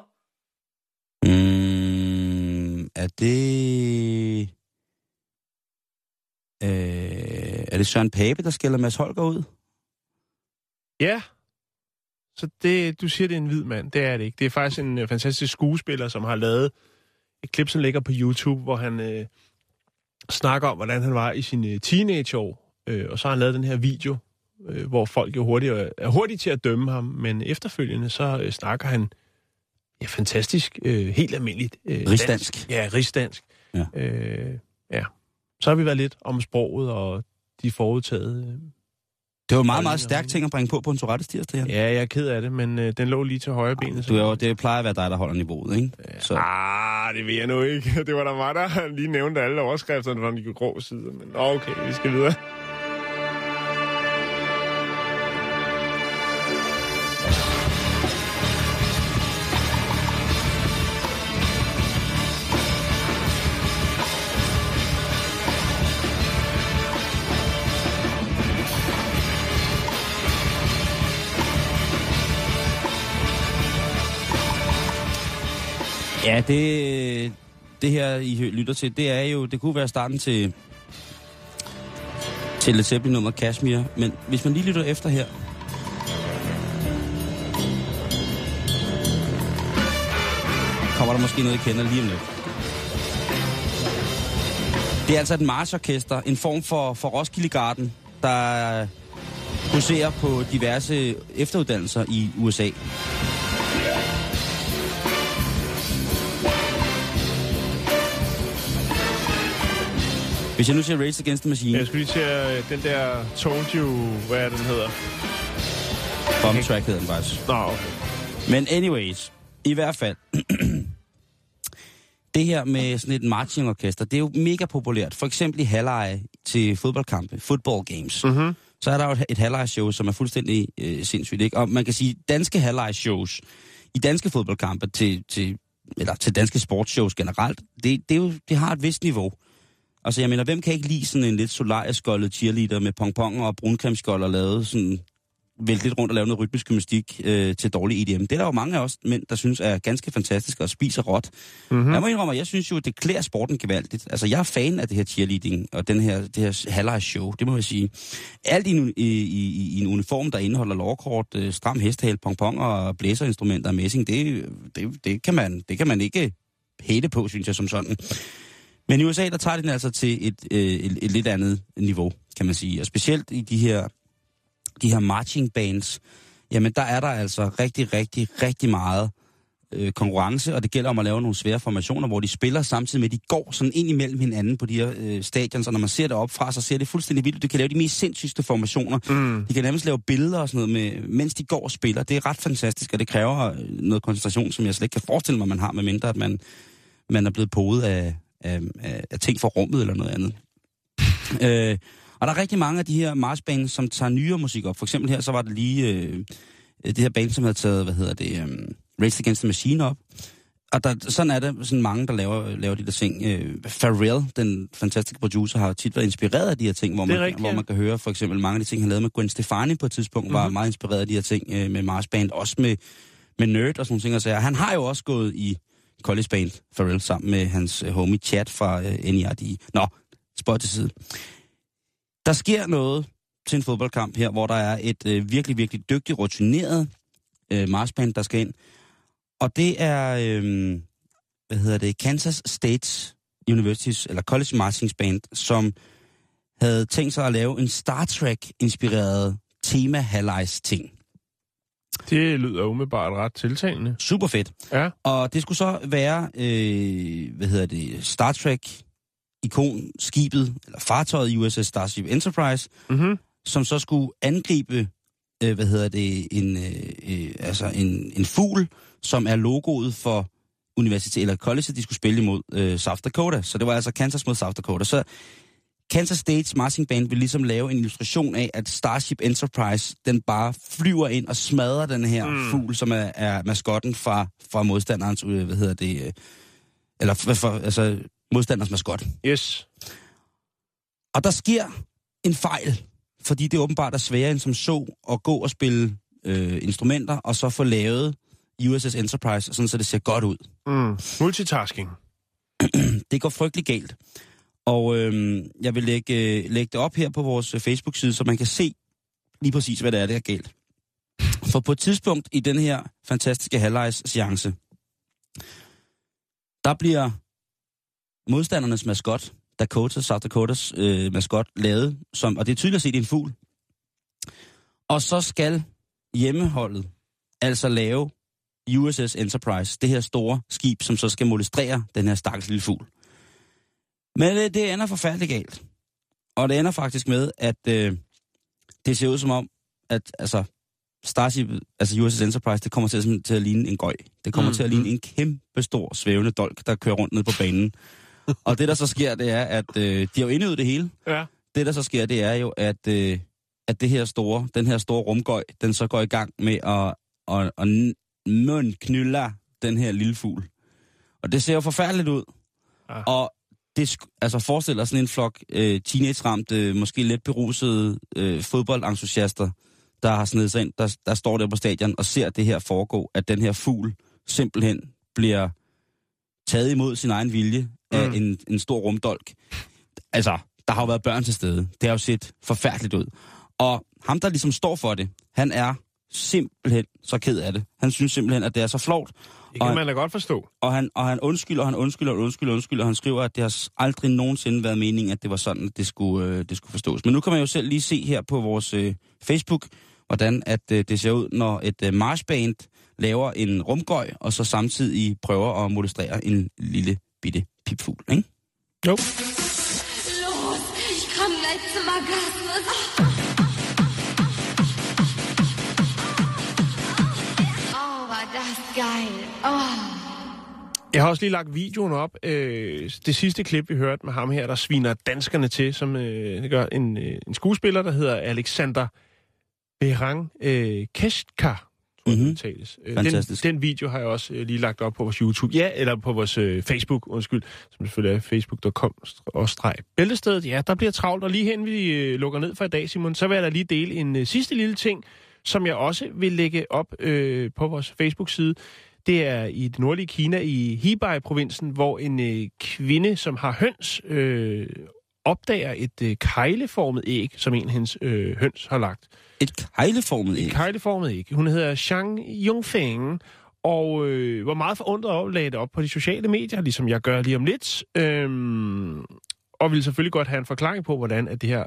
Er det Søren Pape, der skælder Mads Holger ud? Ja. Så du siger, det er en hvid mand. Det er det ikke. Det er faktisk en fantastisk skuespiller, som har lavet et klip, som ligger på YouTube, hvor han snakker om, hvordan han var i sine teenageår. Og så har han lavet den her video, hvor folk jo er hurtige til at dømme ham, men efterfølgende så snakker han fantastisk, helt almindeligt. Rigsdansk. Ja, rigsdansk. Ja. Så har vi været lidt om sproget og de forudtagede... Det var en meget, meget stærk ting at bringe på en Tourettes tirsdag, Jan. Ja, jeg er ked af det, men den lå lige til højre benet. Det plejer at være dig, der holder niveauet, ikke? Så. Det ved jeg nu ikke. Det var der mig, der lige nævnte alle overskrifterne fra de grå sider. Men okay, vi skal videre. Ja, det her, I lytter til, det er jo, det kunne være starten til Led Zeppelin nummer Kashmir, men hvis man lige lytter efter her, kommer der måske noget, I kender lige om lidt. Det er altså et marchorkester, en form for Roskilde Garden, der huserer på diverse efteruddannelser i USA. Hvis jeg nu siger Rage Against the Machine... Jeg skulle lige til den der Told You, hvad er den hedder? Bomb Track hedder den faktisk. Nå, okay. Men anyways, i hvert fald... Det her med sådan et marchingorkester, det er jo mega populært. For eksempel i halvleje til fodboldkampe, football games. Mm-hmm. Så er der jo et halvlejeshow, som er fuldstændig sindssygt, ikke? Og man kan sige, danske halvlejeshows i danske fodboldkampe til danske sportsshows generelt, det har et vist niveau. Altså, jeg mener, hvem kan ikke lide sådan en lidt solarieskoldet cheerleader med pongponger og bruncremeskolder lavet sådan vælte lidt rundt og lave noget rytmisk gymnastik til dårlig EDM. Det er der jo mange af os mænd, der synes er ganske fantastisk og spiser råt. Mm-hmm. Jeg må indrømme, jeg synes jo, det klæder sporten gevaldigt. Altså, jeg er fan af det her cheerleading og det her halvlejsshow, det må jeg sige. Alt i en uniform, der indeholder lårkort, stram hestehæl, pongponger og blæserinstrumenter og messing, det kan man ikke hate på, synes jeg, som sådan. Men i USA, der tager den altså til et lidt andet niveau, kan man sige. Og specielt i de her marching bands, jamen der er der altså rigtig meget konkurrence, og det gælder om at lave nogle svære formationer, hvor de spiller samtidig med, at de går sådan ind imellem hinanden på de her stadions, og når man ser det opfra, så ser det fuldstændig vildt. De kan lave de mest sindssygste formationer. De kan nærmest lave billeder og sådan noget, mens de går og spiller. Det er ret fantastisk, og det kræver noget koncentration, som jeg slet ikke kan forestille mig, man har, medmindre at man er blevet podet af ting fra rummet eller noget andet. Og der er rigtig mange af de her marchbands, som tager nyere musik op. For eksempel her, så var det lige det her band, som havde taget, Rage Against the Machine op. Og sådan er det sådan mange, der laver de der ting. Pharrell, den fantastiske producer, har tit været inspireret af de her ting, hvor man kan høre for eksempel mange af de ting, han lavede med Gwen Stefani på et tidspunkt, var meget inspireret af de her ting med marchband, også med Nerd og sådan nogle ting. Så han har jo også gået i college band, Pharrell, sammen med hans homie Chad fra NERD. Nå, spot til side. Der sker noget til en fodboldkamp her, hvor der er et virkelig dygtigt, rutineret marchband, der skal ind. Og det er, Kansas State University, eller College Marching Band, som havde tænkt sig at lave en Star Trek-inspireret tema-halvlejs-ting. Det lyder umiddelbart ret tiltalende. Super fedt. Ja. Og det skulle så være, Star Trek ikonskibet, eller fartøjet USS Starship Enterprise, som så skulle angribe, en fugl, som er logoet for universitet eller college, de skulle spille imod South Dakota. Så det var altså Kansas mod South Dakota. Så Kansas State's Marching Band vil ligesom lave en illustration af, at Starship Enterprise, den bare flyver ind og smadrer den her fugl, som er maskotten fra modstanderens, modstanders maskot. Yes. Og der sker en fejl, fordi det åbenbart er sværere end som så at gå og spille instrumenter, og så få lavet USS Enterprise, sådan så det ser godt ud. Multitasking. Det går frygtelig galt. Og jeg vil lægge det op her på vores Facebook-side, så man kan se lige præcis, hvad det er galt. For på et tidspunkt i den her fantastiske halvlejsseance, der bliver modstandernes maskot, South Dakotas maskot, lavet, og det er tydeligt at se, det er en fugl. Og så skal hjemmeholdet altså lave USS Enterprise, det her store skib, som så skal molestrere den her stakkels lille fugl. Men det ender forfærdeligt galt. Og det ender faktisk med, at det ser ud som om, at Starship, USS Enterprise, det kommer til at ligne en gøj. Det kommer til at ligne en kæmpe stor svævende dolk, der kører rundt ned på banen. Og det, der så sker, det er, at de har jo indøvet det hele. Ja. Det, der så sker, det er jo, at den her store rumgøj, den så går i gang med at mundknylle den her lille fugl. Og det ser jo forfærdeligt ud. Ja. Og det forestiller sådan en flok teenage-ramte, måske lidt berusede fodboldentusiaster, der har snedet sig ind, der står der på stadion og ser det her foregå, at den her fugl simpelthen bliver taget imod sin egen vilje af en stor rumdolk. Altså, der har jo været børn til stede. Det har jo set forfærdeligt ud. Og ham, der ligesom står for det, han er simpelthen så ked af det. Han synes simpelthen, at det er så flovt. Det kan man da godt forstå. Og han undskylder, og han skriver, at det har aldrig nogensinde været meningen, at det var sådan, at det skulle forstås. Men nu kan man jo selv lige se her på vores Facebook, hvordan at det ser ud, når et marchband laver en rumgøj, og så samtidig prøver at molestrere en lille bitte pipfugl, ikke? Jo. Los, ich komme gleich zum Orgasmus. War das geil. Jeg har også lige lagt videoen op. Det sidste klip, vi hørte med ham her, der sviner danskerne til, som det gør en skuespiller, der hedder Alexander Berang Kestka. Den video har jeg også lige lagt op på vores YouTube. Ja, eller på vores Facebook, som selvfølgelig er facebook.com/bæltestedet. Ja, der bliver travlt, og lige hen vi lukker ned for i dag, Simon, så vil jeg da lige dele en sidste lille ting, som jeg også vil lægge op på vores Facebook-side. Det er i det nordlige Kina, i Hebei-provinsen, hvor en kvinde, som har høns, opdager et kegleformet æg, som en af hendes høns har lagt. Et kegleformet æg? Et kegleformet æg. Hun hedder Zhang Yongfeng, og var meget forundret over at lade det op på de sociale medier, ligesom jeg gør lige om lidt. Og ville selvfølgelig godt have en forklaring på, hvordan at det her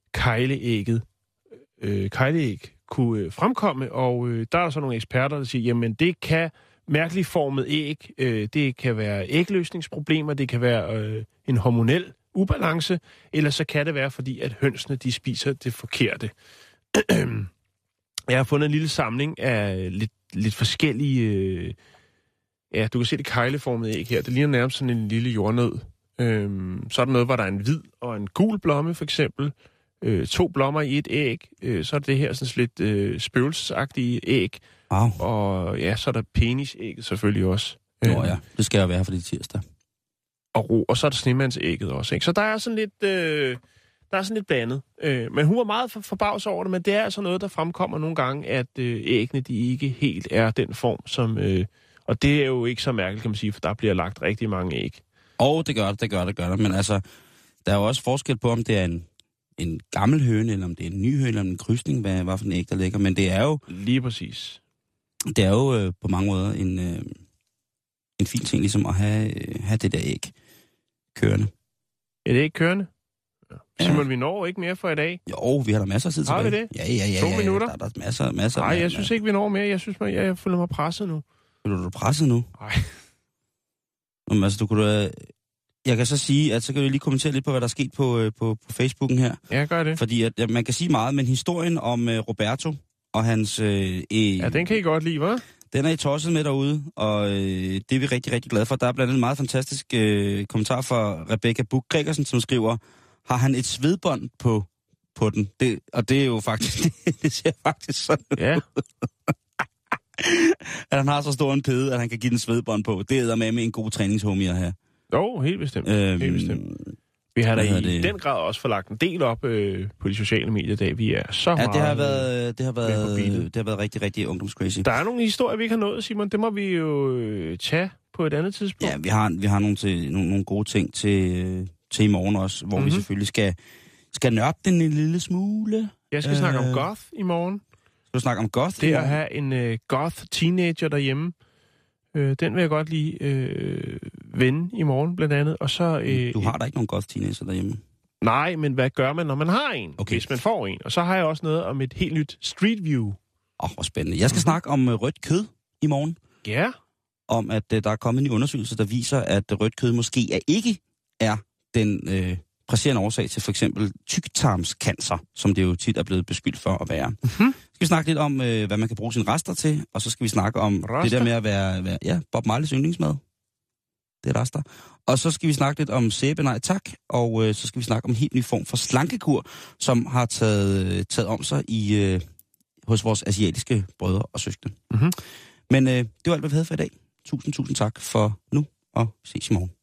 kegleæg kunne fremkomme. Og der er så nogle eksperter, der siger, jamen det kan mærkeligt formet æg, det kan være ægløsningsproblemer, det kan være en hormonel ubalance, eller så kan det være, fordi at hønsene, de spiser det forkerte. Jeg har fundet en lille samling af lidt forskellige... ja, du kan se det kegleformede æg her. Det ligner nærmest sådan en lille jordnød. Så er der noget, hvor der er en hvid og en gul blomme, for eksempel. 2 blommer i et æg. Så er det her sådan lidt spøgelsesagtige æg. Wow. Og ja, så er der penisægget selvfølgelig også. Nå ja, det skal jo være for det tirsdag. Og så er der snemandsægget også, ikke? Så der er sådan lidt blandet. Men hun var meget forbavset over det, men det er altså noget, der fremkommer nogle gange, at æggene, de ikke helt er den form, som... og det er jo ikke så mærkeligt, kan man sige, for der bliver lagt rigtig mange æg. Og det gør det. Men altså, der er jo også forskel på, om det er en gammel høne, eller om det er en ny høne, eller en krydsning, hvad for en æg, der ligger. Men det er jo... Lige præcis. Det er jo på mange måder en fin ting, ligesom at have det der æg kørende. Er det ikke kørende? Ja. Simon, vi når ikke mere for i dag. Jo, vi har da masser af tid tilbage. Har vi det? Ja. 2 minutter? Der er masser. Nej, jeg synes ikke, vi når mere. Jeg føler mig presset nu. Føler du presset nu? Nej. Jamen, altså, jeg kan så sige, at så kan du lige kommentere lidt på, hvad der er sket på Facebooken her. Ja, gør det. Fordi at man kan sige meget, men historien om Roberto og hans... ja, den kan I godt lide, hva'? Den er I tosset med derude, og det er vi rigtig, rigtig glade for. Der er blandt andet en meget fantastisk kommentar fra Rebecca Buch Gregersen, som skriver, har han et svedbånd på den? Og det er jo faktisk... det ser faktisk sådan ja. At han har så stor en pede, at han kan give den svedbånd på. Det er med en god træningshomie her. Jo, helt bestemt. Helt bestemt. Vi har da i den grad også forlagt en del op på de sociale medier, da vi er så meget... Ja, det har været rigtig, rigtig ungdomscrazy. Der er nogle historier, vi ikke har nået, Simon. Det må vi jo tage på et andet tidspunkt. Ja, vi har nogle gode ting til i morgen også, hvor vi selvfølgelig skal nørde den en lille smule. Jeg skal snakke om goth i morgen. Skal du snakke om goth? Det at have en goth teenager derhjemme. Den vil jeg godt lige vende i morgen, blandt andet. Og så, du har da ikke nogen goth teenager derhjemme? Nej, men hvad gør man, når man har en? Okay. Hvis man får en. Og så har jeg også noget om et helt nyt Street View. Hvor spændende. Jeg skal snakke om rødt kød i morgen. Ja. Om, at der er kommet en undersøgelse, der viser, at rødt kød måske ikke er den presserende årsag til for eksempel tyktarmscancer, som det jo tit er blevet beskyldt for at være. Så skal vi snakke lidt om, hvad man kan bruge sine rester til, og så skal vi snakke om det der med at være Bob Marleys yndlingsmad. Det er rester. Og så skal vi snakke lidt om sæbe, nej tak, og så skal vi snakke om en helt ny form for slankekur, som har taget om sig hos vores asiatiske brødre og søskende. Men det var alt, hvad vi havde for i dag. Tusind tak for nu, og ses i morgen.